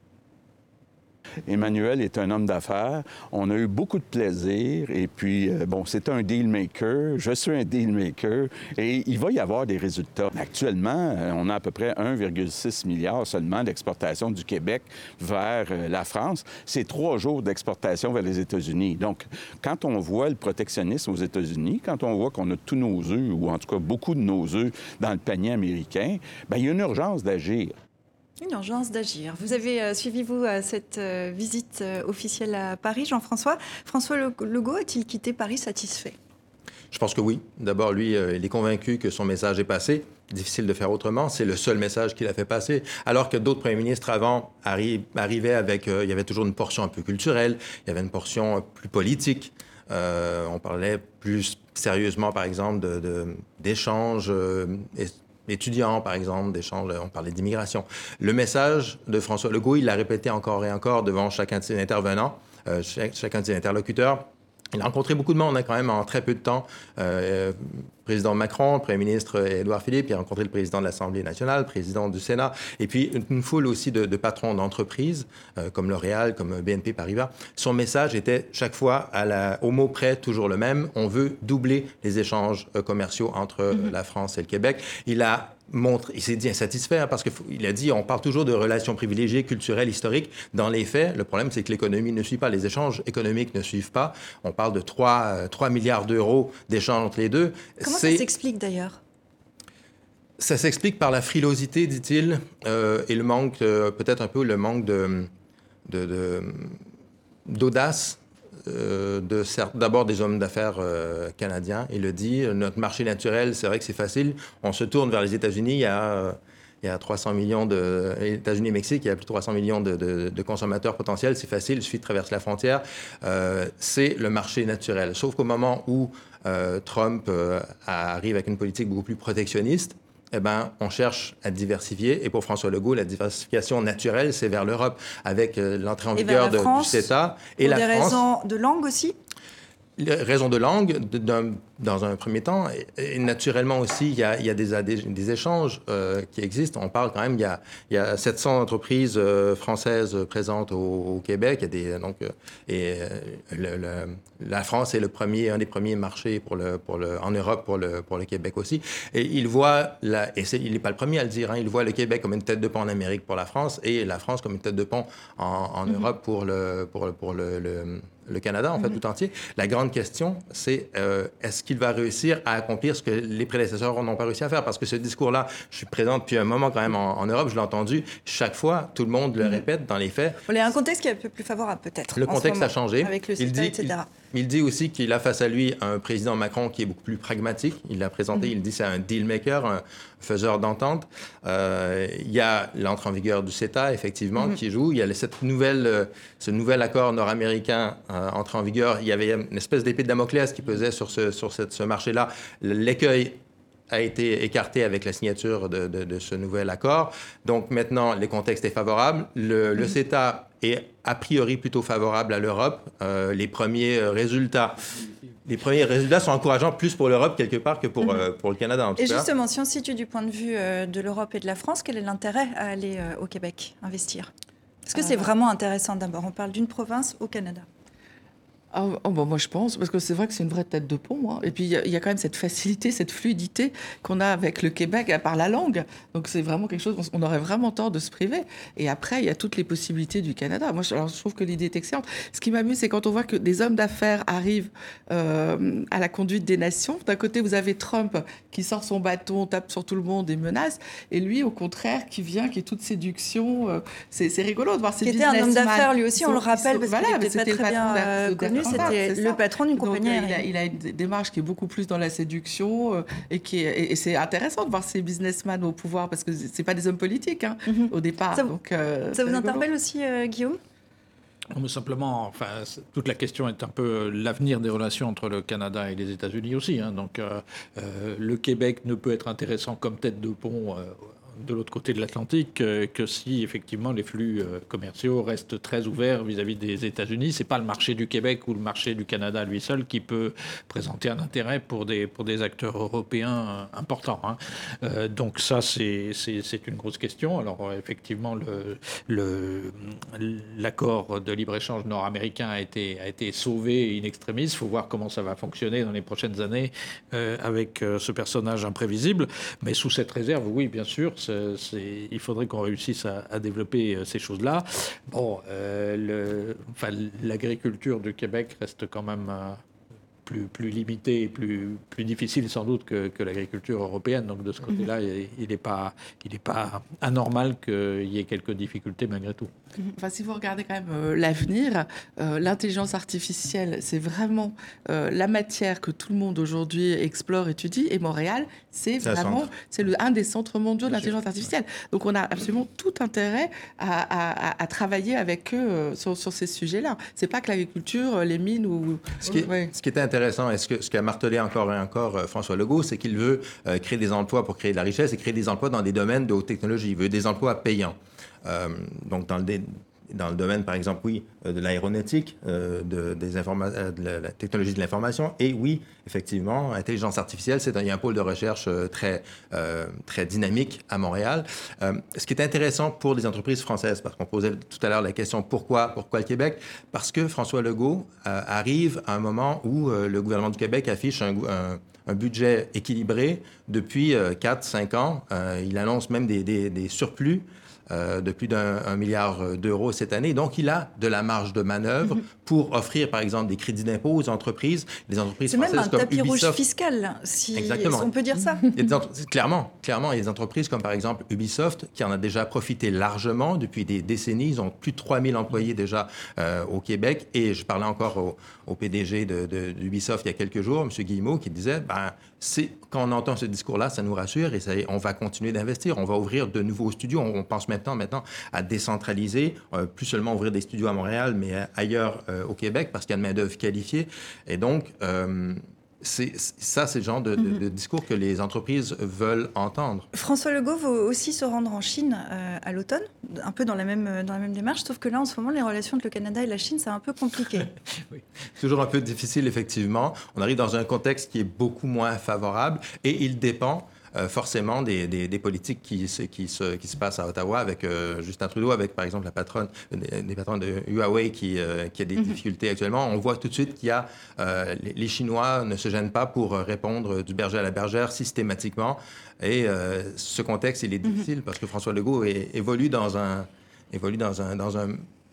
Emmanuel est un homme d'affaires. On a eu beaucoup de plaisir. Et puis, euh, bon, c'est un deal maker. Je suis un deal maker. Et il va y avoir des résultats. Actuellement, euh, on a à peu près un virgule six milliard seulement d'exportation du Québec vers euh, la France. C'est trois jours d'exportation vers les États-Unis. Donc, quand on voit le protectionnisme aux États-Unis, quand on voit qu'on a tous nos œufs, ou en tout cas beaucoup de nos œufs dans le panier américain, bien, il y a une urgence d'agir. Une urgence d'agir. Vous avez euh, suivi, vous, euh, cette euh, visite euh, officielle à Paris, Jean-François. François Legault a-t-il quitté Paris satisfait ? Je pense que oui. D'abord, lui, euh, il est convaincu que son message est passé. Difficile de faire autrement. C'est le seul message qu'il a fait passer. Alors que d'autres premiers ministres avant arri- arrivaient avec... Euh, il y avait toujours une portion un peu culturelle. Il y avait une portion euh, plus politique. Euh, on parlait plus sérieusement, par exemple, de, de, d'échanges... Euh, et, étudiants, par exemple, d'échanges, on parlait d'immigration. Le message de François Legault, il l'a répété encore et encore devant chacun de ses intervenants, euh, chacun de ses interlocuteurs. Il a rencontré beaucoup de monde, hein, quand même, en très peu de temps. Euh, président Macron, Premier ministre Édouard Philippe, il a rencontré le président de l'Assemblée nationale, président du Sénat, et puis une foule aussi de, de patrons d'entreprises, euh, comme L'Oréal, comme B N P Paribas. Son message était chaque fois, à la, au mot près, toujours le même. On veut doubler les échanges euh, commerciaux entre euh, mm-hmm. la France et le Québec. Il a montre, il s'est dit insatisfait, hein, parce qu'il a dit, on parle toujours de relations privilégiées, culturelles, historiques. Dans les faits, le problème, c'est que l'économie ne suit pas, les échanges économiques ne suivent pas. On parle de trois milliards d'euros d'échanges entre les deux. Comment c'est... ça s'explique d'ailleurs ? Ça s'explique par la frilosité, dit-il, euh, et le manque, euh, peut-être un peu le manque de, de, de, d'audace. Euh, de, d'abord des hommes d'affaires euh, canadiens. Il le dit, notre marché naturel, c'est vrai que c'est facile. On se tourne vers les États-Unis. Il y a, euh, il y a trois cents millions de... Les États-Unis et Mexique, il y a plus de trois cents millions de, de, de consommateurs potentiels. C'est facile, il suffit de traverser la frontière. Euh, c'est le marché naturel. Sauf qu'au moment où euh, Trump euh, arrive avec une politique beaucoup plus protectionniste, eh ben, on cherche à diversifier. Et pour François Legault, la diversification naturelle, c'est vers l'Europe, avec euh, l'entrée en et vigueur de, du CETA. Et pour la des France, raisons de langue aussi ? Raison de langue, de, de, dans un premier temps. Et, et naturellement aussi, il y a, il y a des, des, des échanges euh, qui existent. On parle quand même, il y a, il y a sept cents entreprises euh, françaises présentes au, au Québec. Il y a des, donc, euh, et euh, le, le, la France est le premier, un des premiers marchés pour le, pour le, en Europe pour le, pour le Québec aussi. Et il voit, la, et c'est, il n'est pas le premier à le dire, hein, il voit le Québec comme une tête de pont en Amérique pour la France et la France comme une tête de pont en, en mm-hmm. Europe pour le, pour, pour le, le, le Canada, en fait, mm-hmm. tout entier. La grande question, c'est euh, est-ce qu'il va réussir à accomplir ce que les prédécesseurs n'ont pas réussi à faire. Parce que ce discours-là, je suis présent depuis un moment quand même en, en Europe, je l'ai entendu chaque fois, tout le monde le répète dans les faits. Il y a un contexte qui est un peu plus favorable peut-être. Le contexte a changé. Avec le il CETA, dit, et cetera. Il, il dit aussi qu'il a face à lui un président Macron qui est beaucoup plus pragmatique. Il l'a présenté, mm-hmm. il dit c'est un deal maker, un faiseur d'entente. Euh, il y a l'entrée en vigueur du CETA, effectivement, mm-hmm. qui joue. Il y a cette nouvelle, euh, ce nouvel accord nord-américain euh, entré en vigueur. Il y avait une espèce d'épée de Damoclès qui pesait sur ce, sur cette, ce marché-là. L'écueil a été écarté avec la signature de, de, de ce nouvel accord. Donc maintenant, le contexte est favorable. Le, le CETA est a priori plutôt favorable à l'Europe. Euh, les premiers résultats... Les premiers résultats sont encourageants plus pour l'Europe quelque part que pour, mmh. euh, pour le Canada en tout et cas. Et justement, si on se situe du point de vue euh, de l'Europe et de la France, quel est l'intérêt à aller euh, au Québec investir? Est-ce que euh... c'est vraiment intéressant d'abord? On parle d'une province au Canada. Ah, oh, bon, moi je pense, parce que c'est vrai que c'est une vraie tête de pont. Hein. Et puis il y, y a quand même cette facilité, cette fluidité qu'on a avec le Québec par la langue. Donc c'est vraiment quelque chose, on aurait vraiment tort de se priver. Et après, il y a toutes les possibilités du Canada. Moi, je, alors, je trouve que l'idée est excellente. Ce qui m'amuse, c'est quand on voit que des hommes d'affaires arrivent euh, à la conduite des nations. D'un côté, vous avez Trump qui sort son bâton, tape sur tout le monde et menace. Et lui, au contraire, qui vient, qui est toute séduction. Euh, c'est, c'est rigolo de voir ces businessmen. Qui était un homme d'affaires, lui aussi, on le rappelle, parce voilà, qu'il n'était pas très bien euh, connu. C'était le patron d'une compagnie Donc, aérienne. Il a, il a une démarche qui est beaucoup plus dans la séduction euh, et, qui est, et, et c'est intéressant de voir ces businessmen au pouvoir parce que c'est pas des hommes politiques hein, mm-hmm. au départ. Ça, donc, euh, ça vous interpelle aussi, euh, Guillaume? Non, mais simplement, enfin, toute la question est un peu l'avenir des relations entre le Canada et les États-Unis aussi. Hein. Donc, euh, euh, le Québec ne peut être intéressant comme tête de pont euh, de l'autre côté de l'Atlantique euh, que si effectivement les flux euh, commerciaux restent très ouverts vis-à-vis des États-Unis. C'est pas le marché du Québec ou le marché du Canada lui seul qui peut présenter un intérêt pour des pour des acteurs européens euh, importants. Hein. Euh, donc ça c'est, c'est c'est une grosse question. Alors euh, effectivement le le l'accord de libre-échange nord-américain a été a été sauvé in extremis. Il faut voir comment ça va fonctionner dans les prochaines années euh, avec euh, ce personnage imprévisible. Mais sous cette réserve, oui bien sûr. C'est, c'est, il faudrait qu'on réussisse à, à développer euh, ces choses-là. Bon, euh, le, enfin, l'agriculture du Québec reste quand même euh, plus, plus limitée et plus, plus difficile sans doute que, que l'agriculture européenne. Donc de ce côté-là, mm-hmm. il n'est pas, il est pas anormal qu'il y ait quelques difficultés malgré tout. Enfin, si vous regardez quand même euh, l'avenir, euh, l'intelligence artificielle, c'est vraiment euh, la matière que tout le monde aujourd'hui explore, étudie, et Montréal, c'est, c'est vraiment c'est le, un des centres mondiaux de l'intelligence artificielle. Donc on a absolument tout intérêt à, à, à travailler avec eux euh, sur, sur ces sujets-là. C'est pas que l'agriculture, les mines ou... Ce qui est, ouais. ce qui est intéressant, et ce, que, ce qu'a martelé encore et encore euh, François Legault, c'est qu'il veut euh, créer des emplois pour créer de la richesse et créer des emplois dans des domaines de haute technologie. Il veut des emplois payants. Euh, donc, dans le, dé, dans le domaine, par exemple, oui, euh, de l'aéronautique, euh, de, des informa- euh, de la, la technologie de l'information, et oui, effectivement, l'intelligence artificielle, c'est un, il y a un pôle de recherche euh, très, euh, très dynamique à Montréal. Euh, ce qui est intéressant pour les entreprises françaises, parce qu'on posait tout à l'heure la question pourquoi, pourquoi le Québec? Parce que François Legault euh, arrive à un moment où euh, le gouvernement du Québec affiche un, un un budget équilibré depuis euh, quatre cinq ans. Euh, il annonce même des, des, des surplus euh, de plus d'un un milliard d'euros cette année. Donc, il a de la marge de manœuvre mm-hmm. pour offrir, par exemple, des crédits d'impôt aux entreprises. Les entreprises c'est françaises même un comme tapis Ubisoft. rouge fiscal, si Exactement. on peut dire ça. Il y a des entre... Clairement, clairement, il y a des entreprises comme, par exemple, Ubisoft, qui en a déjà profité largement depuis des décennies. Ils ont plus de trois mille employés déjà euh, au Québec. Et je parlais encore au, au P D G de, de, d'Ubisoft il y a quelques jours, M. Guillemot, qui disait, ben, c'est, quand on entend ce discours-là, ça nous rassure et ça, on va continuer d'investir. On va ouvrir de nouveaux studios. On, on pense maintenant, maintenant à décentraliser, euh, plus seulement ouvrir des studios à Montréal, mais ailleurs euh, au Québec, parce qu'il y a une main-d'œuvre qualifiée. Et donc, euh, c'est, ça, c'est le genre de, de, de discours que les entreprises veulent entendre. François Legault va aussi se rendre en Chine euh, à l'automne, un peu dans la, même, dans la même démarche, sauf que là, en ce moment, les relations entre le Canada et la Chine, c'est un peu compliqué. Oui. C'est toujours un peu difficile, effectivement. On arrive dans un contexte qui est beaucoup moins favorable et il dépend Euh, forcément des, des, des politiques qui se, qui, se, qui se passent à Ottawa avec euh, Justin Trudeau, avec par exemple la patronne, des, des patrons de Huawei qui, euh, qui a des mm-hmm. difficultés actuellement. On voit tout de suite qu'il y a euh, les, les Chinois ne se gênent pas pour répondre du berger à la bergère systématiquement. Et euh, ce contexte, il est difficile mm-hmm. parce que François Legault est, évolue dans un évolue dans un dans un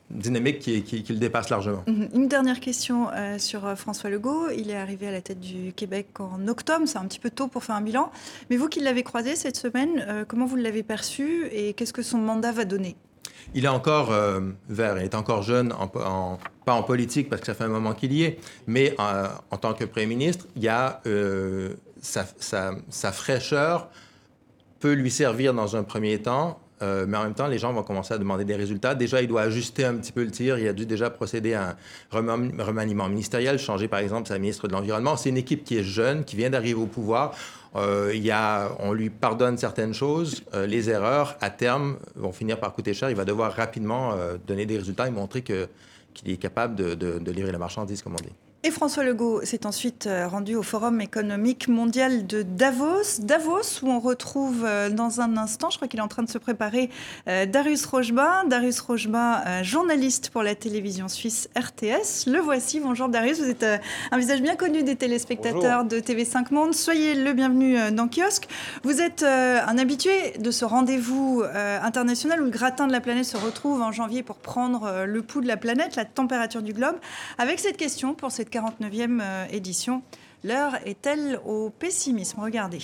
dynamique qui, qui, qui le dépasse largement. Une dernière question euh, sur euh, François Legault. Il est arrivé à la tête du Québec en octobre, c'est un petit peu tôt pour faire un bilan. Mais vous qui l'avez croisé cette semaine, euh, comment vous l'avez perçu et qu'est-ce que son mandat va donner? Il est encore euh, vert, il est encore jeune, en, en, pas en politique parce que ça fait un moment qu'il y est, mais euh, en tant que Premier ministre, il y a euh, sa, sa, sa fraîcheur peut lui servir dans un premier temps. Euh, mais en même temps, les gens vont commencer à demander des résultats. Déjà, il doit ajuster un petit peu le tir. Il a dû déjà procéder à un remaniement ministériel, changer par exemple sa ministre de l'Environnement. C'est une équipe qui est jeune, qui vient d'arriver au pouvoir. Euh, il y a, on lui pardonne certaines choses. Euh, les erreurs, à terme, vont finir par coûter cher. Il va devoir rapidement euh, donner des résultats et montrer que, qu'il est capable de, de, de livrer la marchandise, comme on dit. Et François Legault s'est ensuite rendu au Forum économique mondial de Davos. Davos, où on retrouve dans un instant, je crois qu'il est en train de se préparer, Darius Rojba. Darius Rojba, journaliste pour la télévision suisse R T S. Le voici. Bonjour Darius, vous êtes un visage bien connu des téléspectateurs Bonjour. de T V cinq Monde. Soyez le bienvenu dans Kiosque. Vous êtes un habitué de ce rendez-vous international où le gratin de la planète se retrouve en janvier pour prendre le pouls de la planète, la température du globe. Avec cette question pour cette quarante-neuvième édition. L'heure est-elle au pessimisme? Regardez.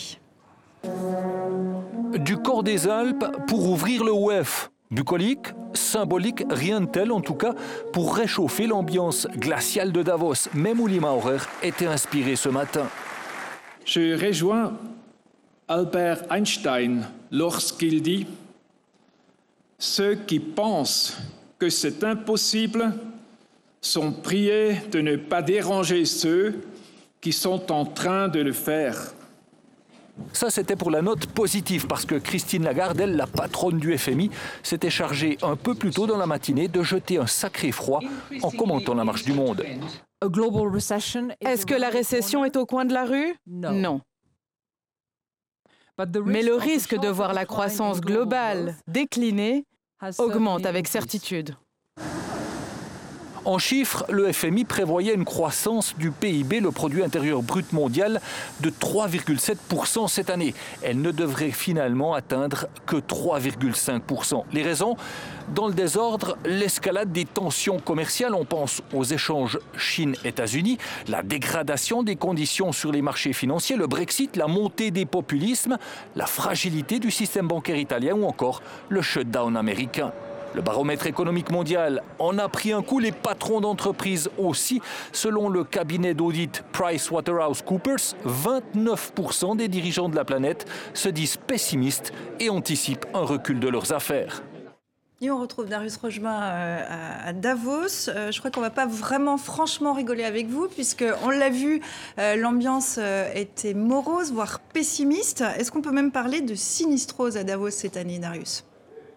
Du corps des Alpes pour ouvrir le O F. Bucolique, symbolique, rien de tel en tout cas pour réchauffer l'ambiance glaciale de Davos. Même Uli Maurer était inspiré ce matin. Je rejoins Albert Einstein lorsqu'il dit « Ceux qui pensent que c'est impossible sont priés de ne pas déranger ceux qui sont en train de le faire. » Ça, c'était pour la note positive, parce que Christine Lagarde, elle, la patronne du F M I, s'était chargée un peu plus tôt dans la matinée de jeter un sacré froid en commentant la marche du monde. Est-ce que la récession est au coin de la rue? Non. Mais le risque de voir la croissance globale décliner augmente avec certitude. En chiffres, le F M I prévoyait une croissance du P I B, le produit intérieur brut mondial, de trois virgule sept pour cent cette année. Elle ne devrait finalement atteindre que trois virgule cinq pour cent. Les raisons? Dans le désordre, l'escalade des tensions commerciales, on pense aux échanges Chine-États-Unis, la dégradation des conditions sur les marchés financiers, le Brexit, la montée des populismes, la fragilité du système bancaire italien ou encore le shutdown américain. Le baromètre économique mondial en a pris un coup, les patrons d'entreprises aussi. Selon le cabinet d'audit PricewaterhouseCoopers, vingt-neuf pour cent des dirigeants de la planète se disent pessimistes et anticipent un recul de leurs affaires. Et on retrouve Darius Rojba à Davos. Je crois qu'on ne va pas vraiment franchement rigoler avec vous, puisqu'on l'a vu, l'ambiance était morose, voire pessimiste. Est-ce qu'on peut même parler de sinistrose à Davos cette année, Darius ?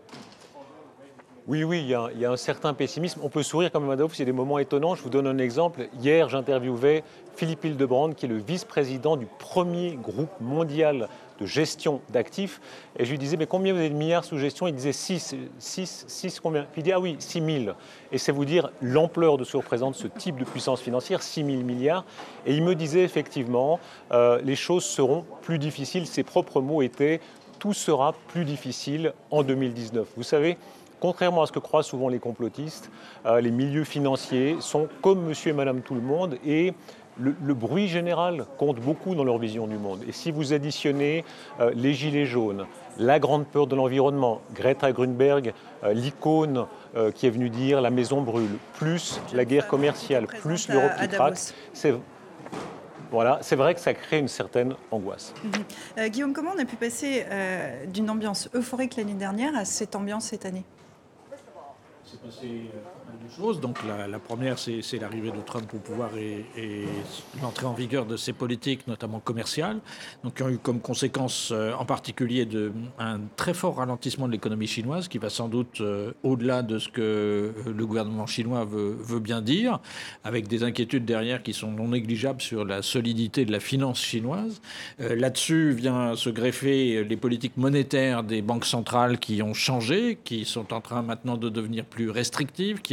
Oui, oui, il y, a, il y a un certain pessimisme. On peut sourire quand même à Davos, il y a des moments étonnants. Je vous donne un exemple. Hier, j'interviewais Philippe Hildebrand, qui est le vice-président du premier groupe mondial de gestion d'actifs. Et je lui disais, mais combien vous avez de milliards sous gestion? Il disait six. six, six combien? Puis il dit, ah oui, six mille. Et c'est vous dire l'ampleur de ce que représente ce type de puissance financière, six mille milliards. Et il me disait effectivement, euh, les choses seront plus difficiles. Ses propres mots étaient, tout sera plus difficile en deux mille dix-neuf. Vous savez, contrairement à ce que croient souvent les complotistes, euh, les milieux financiers sont comme monsieur et madame tout le monde et le, le bruit général compte beaucoup dans leur vision du monde. Et si vous additionnez euh, les gilets jaunes, la grande peur de l'environnement, Greta Thunberg, euh, l'icône euh, qui est venue dire la maison brûle, plus la guerre commerciale, plus l'Europe qui craque, c'est... Voilà, c'est vrai que ça crée une certaine angoisse. Mmh. Euh, Guillaume, comment on a pu passer euh, d'une ambiance euphorique l'année dernière à cette ambiance cette année ? C'est passé pas mal de choses. Donc la, la première, c'est, c'est l'arrivée de Trump au pouvoir et, et l'entrée en vigueur de ses politiques, notamment commerciales, donc qui ont eu comme conséquence euh, en particulier de, un très fort ralentissement de l'économie chinoise, qui va sans doute euh, au-delà de ce que le gouvernement chinois veut, veut bien dire, avec des inquiétudes derrière qui sont non négligeables sur la solidité de la finance chinoise. Euh, là-dessus vient se greffer les politiques monétaires des banques centrales qui ont changé, qui sont en train maintenant de devenir plus restrictives, qui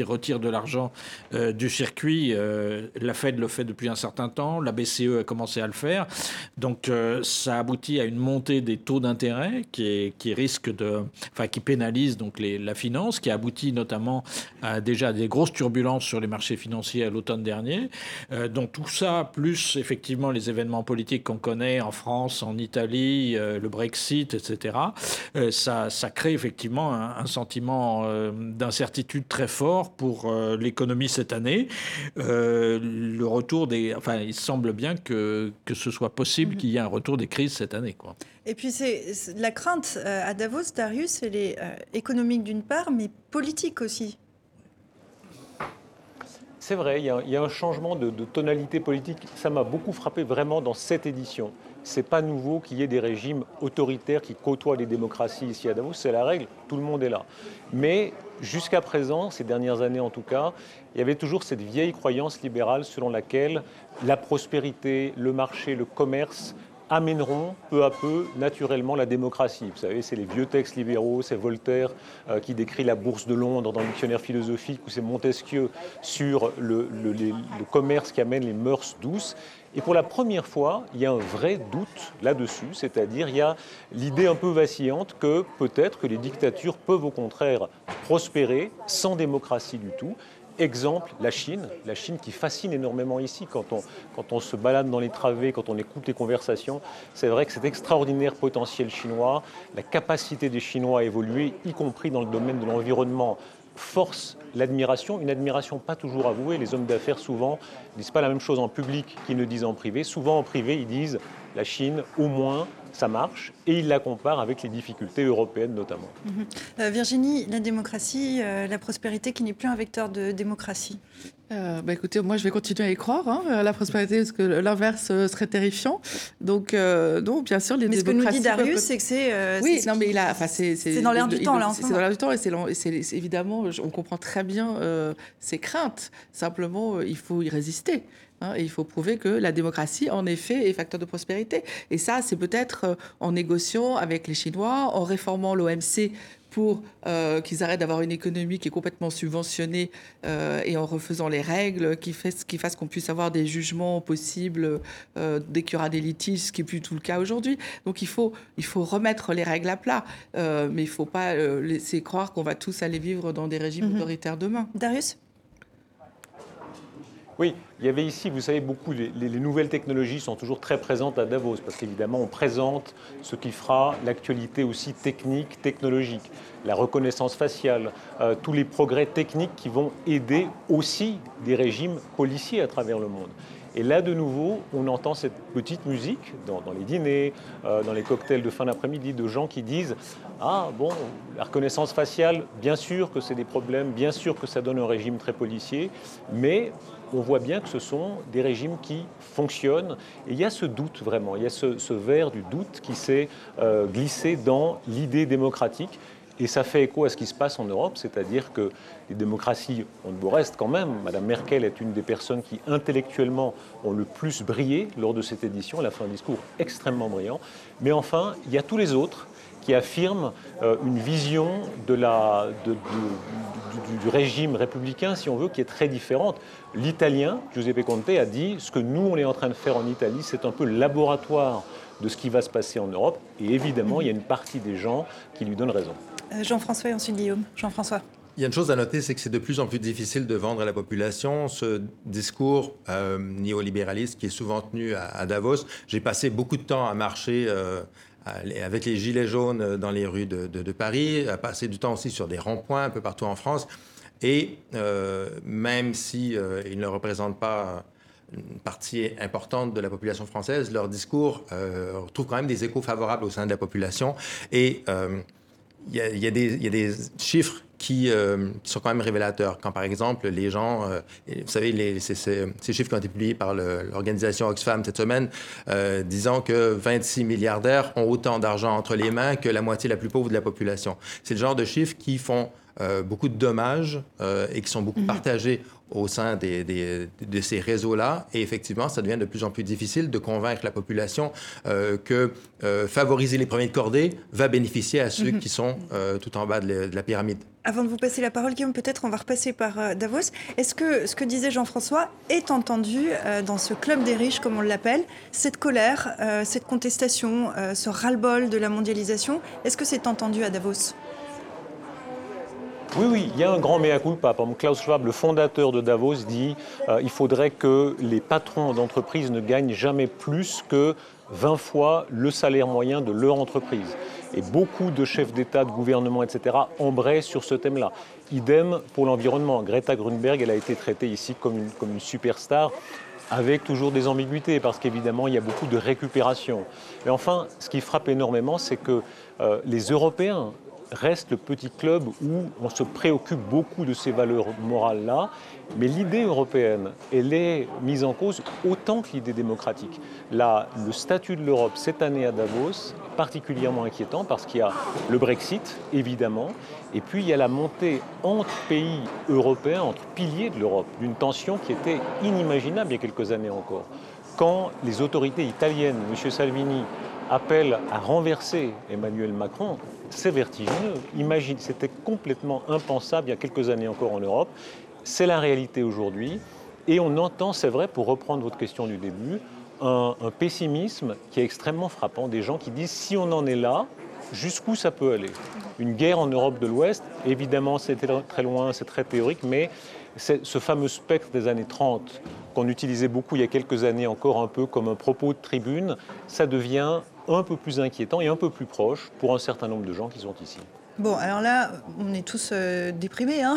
retire de l'argent euh, du circuit. Euh, la Fed le fait depuis un certain temps, la B C E a commencé à le faire. Donc euh, ça aboutit à une montée des taux d'intérêt qui, est, qui risque de, enfin qui pénalise donc les, la finance, qui aboutit notamment à déjà des grosses turbulences sur les marchés financiers à l'automne dernier. Euh, donc tout ça, plus effectivement les événements politiques qu'on connaît en France, en Italie, euh, le Brexit, et cetera. Euh, ça, ça crée effectivement un, un sentiment euh, d'incertitude très fort pour euh, l'économie cette année. Euh, le retour des, enfin, il semble bien que que ce soit possible mmh. qu'il y ait un retour des crises cette année, quoi. Et puis c'est, c'est la crainte euh, à Davos, Darius, elle est euh, économique d'une part, mais politique aussi. C'est vrai, il y a, il y a un changement de, de tonalité politique. Ça m'a beaucoup frappé vraiment dans cette édition. C'est pas nouveau qu'il y ait des régimes autoritaires qui côtoient les démocraties ici à Davos. C'est la règle, tout le monde est là. Mais jusqu'à présent, ces dernières années en tout cas, il y avait toujours cette vieille croyance libérale selon laquelle la prospérité, le marché, le commerce amèneront peu à peu naturellement la démocratie. Vous savez, c'est les vieux textes libéraux, c'est Voltaire euh, qui décrit la bourse de Londres dans le dictionnaire philosophique, ou c'est Montesquieu sur le, le, les, le commerce qui amène les mœurs douces. Et pour la première fois, il y a un vrai doute là-dessus, c'est-à-dire il y a l'idée un peu vacillante que peut-être que les dictatures peuvent au contraire prospérer sans démocratie du tout. Exemple, la Chine, la Chine qui fascine énormément ici quand on, quand on se balade dans les travées, quand on écoute les conversations. C'est vrai que cet extraordinaire potentiel chinois, la capacité des Chinois à évoluer, y compris dans le domaine de l'environnement, force l'admiration, une admiration pas toujours avouée. Les hommes d'affaires souvent ne disent pas la même chose en public qu'ils ne disent en privé. Souvent en privé, ils disent la Chine, au moins, ça marche, et ils la comparent avec les difficultés européennes notamment. Mmh. Euh, Virginie, la démocratie, euh, la prospérité qui n'est plus un vecteur de démocratie. Euh, bah écoutez, moi je vais continuer à y croire, hein, la prospérité, parce que l'inverse serait terrifiant. Donc, euh, donc bien sûr, les mais démocraties... Mais ce que nous dit Darius, peuvent... c'est que c'est... Euh, oui, c'est... non mais il a... Enfin, c'est, c'est, c'est dans l'air du temps, là, en ce moment. C'est dans l'air du temps, et c'est, et c'est, c'est évidemment, on comprend très bien euh, ses craintes. Simplement, il faut y résister. Hein, et il faut prouver que la démocratie, en effet, est facteur de prospérité. Et ça, c'est peut-être euh, en négociant avec les Chinois, en réformant l'O M C pour euh, qu'ils arrêtent d'avoir une économie qui est complètement subventionnée euh, et en refaisant les règles qui, fait, qui fassent qu'on puisse avoir des jugements possibles euh, dès qu'il y aura des litiges, ce qui n'est plus tout le cas aujourd'hui. Donc il faut, il faut remettre les règles à plat, euh, mais il ne faut pas euh, laisser croire qu'on va tous aller vivre dans des régimes mmh. autoritaires demain. Darius ? Oui, il y avait ici, vous savez, beaucoup, les, les nouvelles technologies sont toujours très présentes à Davos, parce qu'évidemment, on présente ce qui fera l'actualité aussi technique, technologique, la reconnaissance faciale, euh, tous les progrès techniques qui vont aider aussi des régimes policiers à travers le monde. Et là, de nouveau, on entend cette petite musique dans, dans les dîners, euh, dans les cocktails de fin d'après-midi, de gens qui disent « Ah, bon, la reconnaissance faciale, bien sûr que c'est des problèmes, bien sûr que ça donne un régime très policier, mais on voit bien que ce sont des régimes qui fonctionnent. » Et il y a ce doute, vraiment, il y a ce, ce verre du doute qui s'est euh, glissé dans l'idée démocratique. Et ça fait écho à ce qui se passe en Europe, c'est-à-dire que les démocraties, on nous reste quand même. Madame Merkel est une des personnes qui, intellectuellement, ont le plus brillé lors de cette édition. Elle a fait un discours extrêmement brillant. Mais enfin, il y a tous les autres qui affirment euh, une vision de la, de, de, du, du régime républicain, si on veut, qui est très différente. L'Italien, Giuseppe Conte, a dit « Ce que nous, on est en train de faire en Italie, c'est un peu le laboratoire de ce qui va se passer en Europe. » Et évidemment, il y a une partie des gens qui lui donnent raison. Jean-François et ensuite Guillaume. Jean-François. Il y a une chose à noter, c'est que c'est de plus en plus difficile de vendre à la population ce discours euh, néolibéraliste qui est souvent tenu à, à Davos. J'ai passé beaucoup de temps à marcher euh, à, avec les gilets jaunes dans les rues de, de, de Paris, à passer du temps aussi sur des ronds-points un peu partout en France. Et euh, même si euh, ils ne représentent pas une partie importante de la population française, leur discours euh, retrouve quand même des échos favorables au sein de la population. Et euh, Il y, a, il, y a des, il y a des chiffres qui, euh, qui sont quand même révélateurs. Quand, par exemple, les gens... Euh, vous savez, les, ces, ces, ces chiffres qui ont été publiés par le, l'organisation Oxfam cette semaine, euh, disant que vingt-six milliardaires ont autant d'argent entre les mains que la moitié la plus pauvre de la population. C'est le genre de chiffres qui font euh, beaucoup de dommages euh, et qui sont beaucoup mmh. partagés au sein des, des, de ces réseaux-là. Et effectivement, ça devient de plus en plus difficile de convaincre la population euh, que euh, favoriser les premiers de cordée va bénéficier à ceux mm-hmm. qui sont euh, tout en bas de la, de la pyramide. Avant de vous passer la parole, Guillaume, peut-être on va repasser par euh, Davos. Est-ce que ce que disait Jean-François est entendu euh, dans ce club des riches, comme on l'appelle, cette colère, euh, cette contestation, euh, ce ras-le-bol de la mondialisation, est-ce que c'est entendu à Davos ? Oui, oui, il y a un grand mea culpa. Par exemple, Klaus Schwab, le fondateur de Davos, dit euh, qu'il faudrait que les patrons d'entreprise ne gagnent jamais plus que vingt fois le salaire moyen de leur entreprise. Et beaucoup de chefs d'État, de gouvernement, et cetera embraient sur ce thème-là. Idem pour l'environnement. Greta Thunberg, elle a été traitée ici comme une, comme une superstar, avec toujours des ambiguïtés, parce qu'évidemment, il y a beaucoup de récupération. Et enfin, ce qui frappe énormément, c'est que euh, les Européens reste le petit club où on se préoccupe beaucoup de ces valeurs morales-là, mais l'idée européenne, elle est mise en cause autant que l'idée démocratique. Là, le statut de l'Europe cette année à Davos est particulièrement inquiétant parce qu'il y a le Brexit, évidemment, et puis il y a la montée entre pays européens, entre piliers de l'Europe, d'une tension qui était inimaginable il y a quelques années encore. Quand les autorités italiennes, M. Salvini, appellent à renverser Emmanuel Macron, c'est vertigineux. Imagine, c'était complètement impensable il y a quelques années encore en Europe. C'est la réalité aujourd'hui. Et on entend, c'est vrai, pour reprendre votre question du début, un, un pessimisme qui est extrêmement frappant. Des gens qui disent, si on en est là, jusqu'où ça peut aller ? Une guerre en Europe de l'Ouest, évidemment, c'est très loin, c'est très théorique, mais c'est ce fameux spectre des années trente qu'on utilisait beaucoup il y a quelques années encore un peu comme un propos de tribune, ça devient un peu plus inquiétant et un peu plus proche pour un certain nombre de gens qui sont ici. Bon, alors là, on est tous euh, déprimés, hein.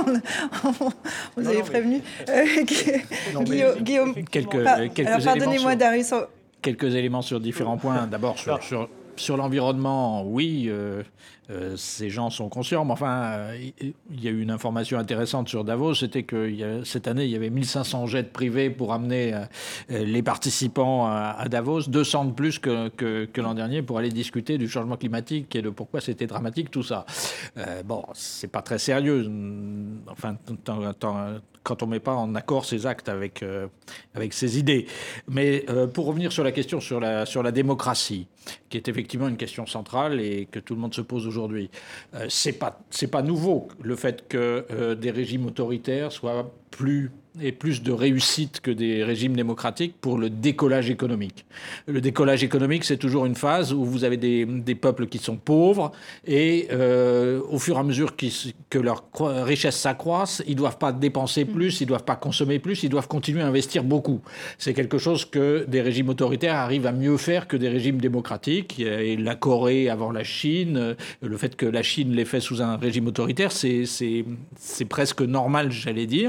Vous non, avez non, prévenu. Mais... Euh, non, Guillaume, Guillaume. Quelques, enfin, quelques alors, pardonnez-moi, sur, Darius. Quelques éléments sur différents points. D'abord, sur, sur, sur l'environnement, oui, euh, euh, ces gens sont conscients. Mais enfin, euh, il y a eu une information intéressante sur Davos, c'était que il y a, cette année, il y avait mille cinq cents jets privés pour amener euh, les participants à, à Davos, deux cents de plus que, que, que l'an dernier pour aller discuter du changement climatique et de pourquoi c'était dramatique, tout ça. Euh, bon, c'est pas très sérieux. Enfin, tant, tant, quand on ne met pas en accord ses actes avec, euh, avec ses idées. Mais euh, pour revenir sur la question sur la, sur la démocratie, qui est effectivement une question centrale et que tout le monde se pose aujourd'hui, euh, c'est pas, c'est pas nouveau le fait que euh, des régimes autoritaires soient plus et plus de réussite que des régimes démocratiques pour le décollage économique. Le décollage économique, c'est toujours une phase où vous avez des, des peuples qui sont pauvres et euh, au fur et à mesure qui, que leur richesse s'accroisse, ils ne doivent pas dépenser plus, ils ne doivent pas consommer plus, ils doivent continuer à investir beaucoup. C'est quelque chose que des régimes autoritaires arrivent à mieux faire que des régimes démocratiques. Et la Corée avant la Chine, le fait que la Chine l'ait fait sous un régime autoritaire, c'est, c'est, c'est presque normal, j'allais dire.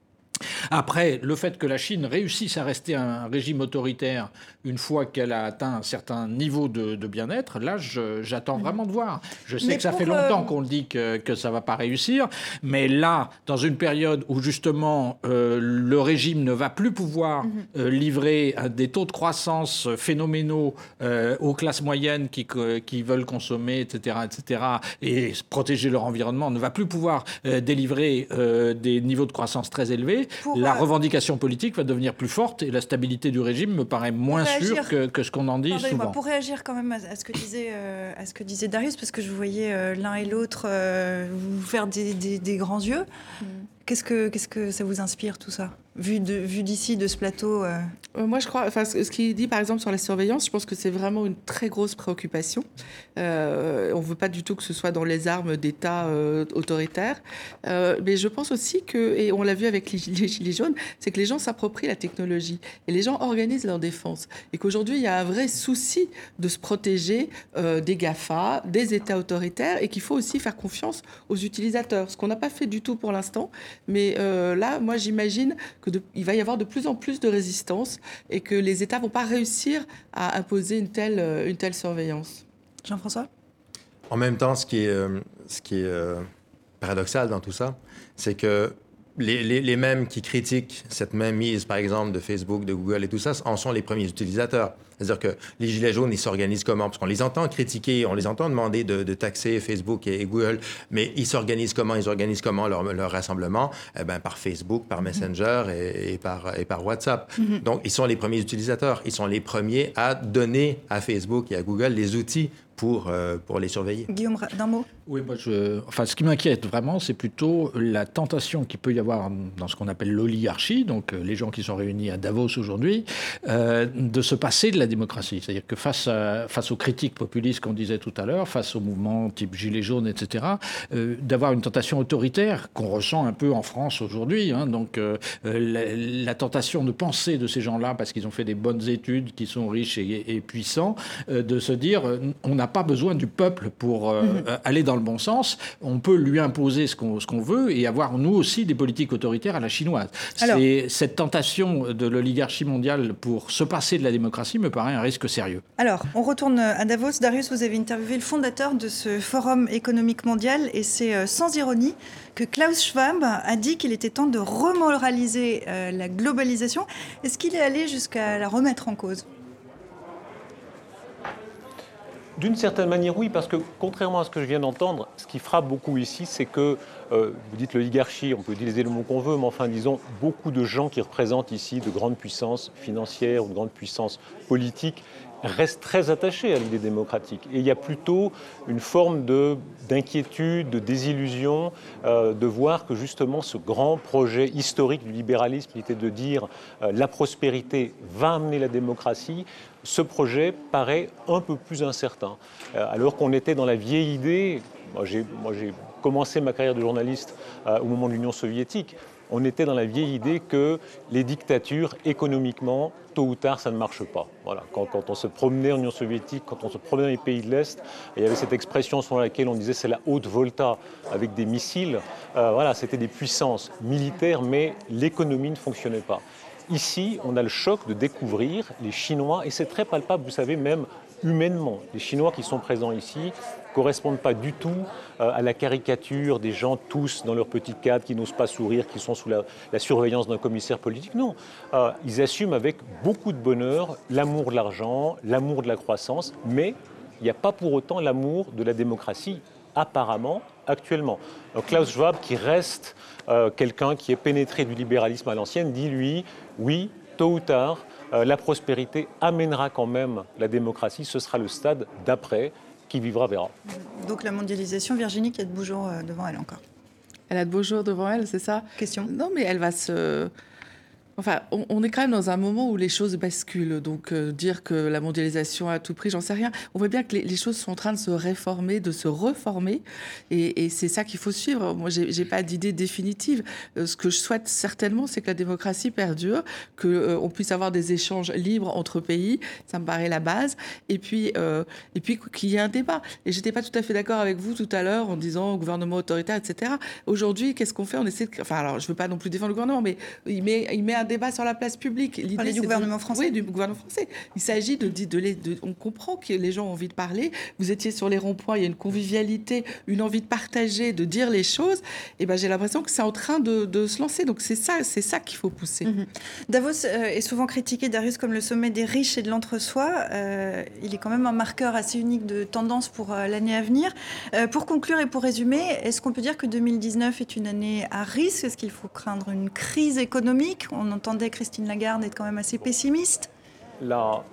Après, le fait que la Chine réussisse à rester un régime autoritaire une fois qu'elle a atteint un certain niveau de, de bien-être, là, je, j'attends vraiment de voir. Je sais mais que ça fait longtemps euh... qu'on le dit que, que ça ne va pas réussir, mais là, dans une période où justement euh, le régime ne va plus pouvoir euh, livrer des taux de croissance phénoménaux euh, aux classes moyennes qui, qui veulent consommer, et cetera, et cetera, et protéger leur environnement, ne va plus pouvoir euh, délivrer euh, des niveaux de croissance très élevés, Pour, la revendication politique va devenir plus forte et la stabilité du régime me paraît moins sûre que, que ce qu'on en dit souvent. Pour réagir quand même à, à, ce que disait, euh, à ce que disait Darius, parce que je vous voyais euh, l'un et l'autre euh, vous faire des, des, des grands yeux, mm. qu'est-ce que, qu'est-ce que ça vous inspire tout ça ? Vu, de, vu d'ici, de ce plateau euh... Euh, Moi, je crois, enfin, ce, ce qu'il dit, par exemple, sur la surveillance, je pense que c'est vraiment une très grosse préoccupation. Euh, on ne veut pas du tout que ce soit dans les armes d'État euh, autoritaires. Euh, mais je pense aussi que, et on l'a vu avec les, les Gilets jaunes, c'est que les gens s'approprient la technologie et les gens organisent leur défense. Et qu'aujourd'hui, il y a un vrai souci de se protéger euh, des GAFA, des États autoritaires, et qu'il faut aussi faire confiance aux utilisateurs. Ce qu'on n'a pas fait du tout pour l'instant. Mais euh, là, moi, j'imagine qu'il va y avoir de plus en plus de résistance et que les États ne vont pas réussir à imposer une telle, une telle surveillance. Jean-François ? En même temps, ce qui est, euh, ce qui est euh, paradoxal dans tout ça, c'est que les, les, les mêmes qui critiquent cette même mise, par exemple, de Facebook, de Google et tout ça, en sont les premiers utilisateurs. C'est-à-dire que les Gilets jaunes, ils s'organisent comment? Parce qu'on les entend critiquer, on les entend demander de, de taxer Facebook et, et Google, mais ils s'organisent comment? Ils organisent comment leur, leur rassemblement? Eh bien, par Facebook, par Messenger et, et, par, et par WhatsApp. Mm-hmm. Donc, ils sont les premiers utilisateurs. Ils sont les premiers à donner à Facebook et à Google les outils pour, euh, pour les surveiller. Guillaume, d'un mot? Oui, moi, je... enfin, ce qui m'inquiète vraiment, c'est plutôt la tentation qu'il peut y avoir dans ce qu'on appelle l'oligarchie, donc les gens qui sont réunis à Davos aujourd'hui, euh, de se passer de la démocratie. C'est-à-dire que face, à, face aux critiques populistes qu'on disait tout à l'heure, face aux mouvements type Gilets jaunes, et cetera, euh, d'avoir une tentation autoritaire qu'on ressent un peu en France aujourd'hui. Hein, donc euh, la, la tentation de penser de ces gens-là, parce qu'ils ont fait des bonnes études, qui sont riches et, et puissants, euh, de se dire euh, on n'a pas besoin du peuple pour euh, mmh. aller dans le bon sens. On peut lui imposer ce qu'on, ce qu'on veut et avoir nous aussi des politiques autoritaires à la chinoise. Alors, c'est, cette tentation de l'oligarchie mondiale pour se passer de la démocratie me paraît un risque sérieux. Alors, on retourne à Davos. Darius, vous avez interviewé le fondateur de ce Forum économique mondial et c'est sans ironie que Klaus Schwab a dit qu'il était temps de remoraliser euh, la globalisation. Est-ce qu'il est allé jusqu'à la remettre en cause ? D'une certaine manière, oui, parce que contrairement à ce que je viens d'entendre, ce qui frappe beaucoup ici, c'est que, euh, vous dites l'oligarchie, on peut utiliser le mot qu'on veut, mais enfin, disons, beaucoup de gens qui représentent ici de grandes puissances financières ou de grandes puissances politiques restent très attachés à l'idée démocratique. Et il y a plutôt une forme de, d'inquiétude, de désillusion, euh, de voir que justement ce grand projet historique du libéralisme, qui était de dire euh, la prospérité va amener la démocratie, ce projet paraît un peu plus incertain. Euh, alors qu'on était dans la vieille idée, moi j'ai, moi j'ai commencé ma carrière de journaliste euh, au moment de l'Union soviétique, on était dans la vieille idée que les dictatures, économiquement, tôt ou tard, ça ne marche pas. Voilà. Quand, quand on se promenait en Union soviétique, quand on se promenait dans les pays de l'Est, il y avait cette expression selon laquelle on disait c'est la haute volta avec des missiles. Euh, voilà, c'était des puissances militaires, mais l'économie ne fonctionnait pas. Ici, on a le choc de découvrir les Chinois, et c'est très palpable, vous savez, même humainement. Les Chinois qui sont présents ici ne correspondent pas du tout euh, à la caricature des gens tous dans leur petit cadre, qui n'osent pas sourire, qui sont sous la, la surveillance d'un commissaire politique. Non, euh, ils assument avec beaucoup de bonheur l'amour de l'argent, l'amour de la croissance, mais il n'y a pas pour autant l'amour de la démocratie, apparemment, actuellement. Donc Klaus Schwab, qui reste euh, quelqu'un qui est pénétré du libéralisme à l'ancienne, dit lui, oui, tôt ou tard, euh, la prospérité amènera quand même la démocratie, ce sera le stade d'après, qui vivra verra. Donc la mondialisation, Virginie, qui a de beaux jours devant elle encore. Elle a de beaux jours devant elle, c'est ça ? Question. Non, mais elle va se... Enfin, on, on est quand même dans un moment où les choses basculent. Donc, euh, dire que la mondialisation à tout prix, j'en sais rien. On voit bien que les, les choses sont en train de se réformer, de se reformer. Et, et c'est ça qu'il faut suivre. Moi, j'ai, j'ai pas d'idée définitive. Euh, ce que je souhaite certainement, c'est que la démocratie perdure, qu'on euh, puisse avoir des échanges libres entre pays. Ça me paraît la base. Et puis, euh, et puis qu'il y ait un débat. Et j'étais pas tout à fait d'accord avec vous tout à l'heure en disant gouvernement autoritaire, et cetera. Aujourd'hui, qu'est-ce qu'on fait ? On essaie de... Enfin, alors, je veux pas non plus défendre le gouvernement, mais il met, il met un débat sur la place publique. L'idée, Parler du gouvernement de... français. Oui, du gouvernement français. Il s'agit de, de, de, de... On comprend que les gens ont envie de parler. Vous étiez sur les ronds-points, il y a une convivialité, une envie de partager, de dire les choses. Et ben, j'ai l'impression que c'est en train de, de se lancer. Donc c'est ça, c'est ça qu'il faut pousser. Mm-hmm. Davos euh, est souvent critiqué, Darius, comme le sommet des riches et de l'entre-soi. Euh, il est quand même un marqueur assez unique de tendance pour euh, l'année à venir. Euh, pour conclure et pour résumer, est-ce qu'on peut dire que deux mille dix-neuf est une année à risque ? Est-ce qu'il faut craindre une crise économique ? On entendait Christine Lagarde être quand même assez pessimiste. La,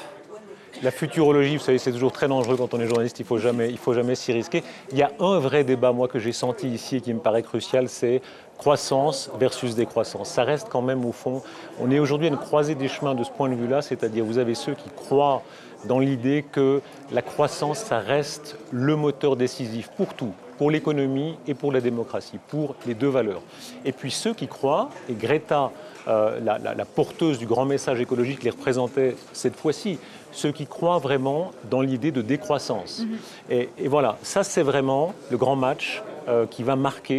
la futurologie, vous savez, c'est toujours très dangereux quand on est journaliste, il ne faut jamais, il faut jamais s'y risquer. Il y a un vrai débat, moi, que j'ai senti ici et qui me paraît crucial, c'est croissance versus décroissance. Ça reste quand même, au fond, on est aujourd'hui à une croisée des chemins de ce point de vue-là, c'est-à-dire vous avez ceux qui croient dans l'idée que la croissance, ça reste le moteur décisif pour tout, pour l'économie et pour la démocratie, pour les deux valeurs. Et puis ceux qui croient, et Greta, euh, la, la, la porteuse du grand message écologique, les représentait cette fois-ci, ceux qui croient vraiment dans l'idée de décroissance. Mmh. Et, et voilà, ça c'est vraiment le grand match euh, qui va marquer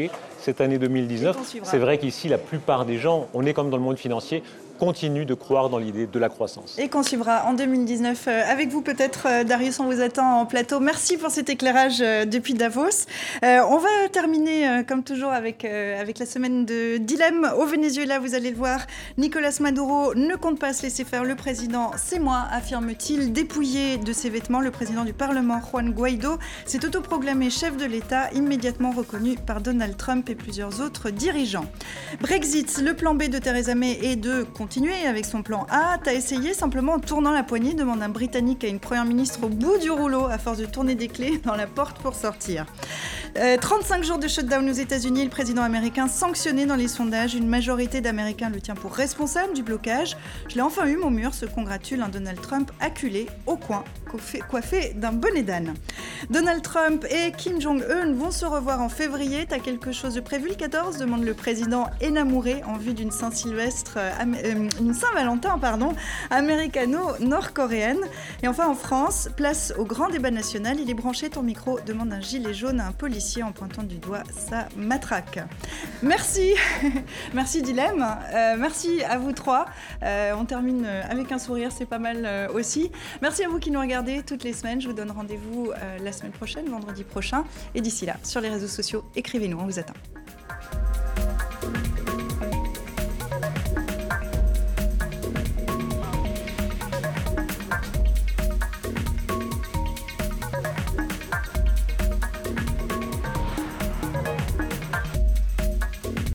cette année deux mille dix-neuf. suivra. C'est vrai qu'ici, la plupart des gens, on est comme dans le monde financier, continuent de croire dans l'idée de la croissance. Et qu'on suivra en deux mille dix-neuf euh, avec vous peut-être, euh, Darius, on vous attend en plateau. Merci pour cet éclairage euh, depuis Davos. Euh, on va terminer euh, comme toujours avec, euh, avec la semaine de dilemme. Au Venezuela, vous allez le voir, Nicolas Maduro ne compte pas se laisser faire. Le président, c'est moi, affirme-t-il. Dépouillé de ses vêtements, le président du Parlement, Juan Guaido, s'est autoproclamé chef de l'État, immédiatement reconnu par Donald Trump et plusieurs autres dirigeants. Brexit, le plan B de Theresa May est de continuer avec son plan A. T'as essayé simplement en tournant la poignée, demande un Britannique à une première ministre au bout du rouleau à force de tourner des clés dans la porte pour sortir. Euh, trente-cinq jours de shutdown aux États-Unis, le président américain sanctionné dans les sondages. Une majorité d'Américains le tient pour responsable du blocage. Je l'ai enfin eu, mon mur, se congratule un Donald Trump acculé au coin, coiffé, coiffé d'un bonnet d'âne. Donald Trump et Kim Jong-un vont se revoir en février. T'as quelque chose de prévu le quatorze, demande le président énamouré en vue d'une Saint-Sylvestre, euh, euh, une Saint-Valentin, pardon, américano-nord-coréenne. Et enfin en France, place au grand débat national. Il est branché ton micro, demande un gilet jaune à un policier en pointant du doigt sa matraque. Merci, merci Dilemme, euh, merci à vous trois. Euh, on termine avec un sourire, c'est pas mal euh, aussi. Merci à vous qui nous regardez toutes les semaines. Je vous donne rendez-vous euh, la semaine prochaine, vendredi prochain. Et d'ici là, sur les réseaux sociaux, écrivez-nous, on vous attend.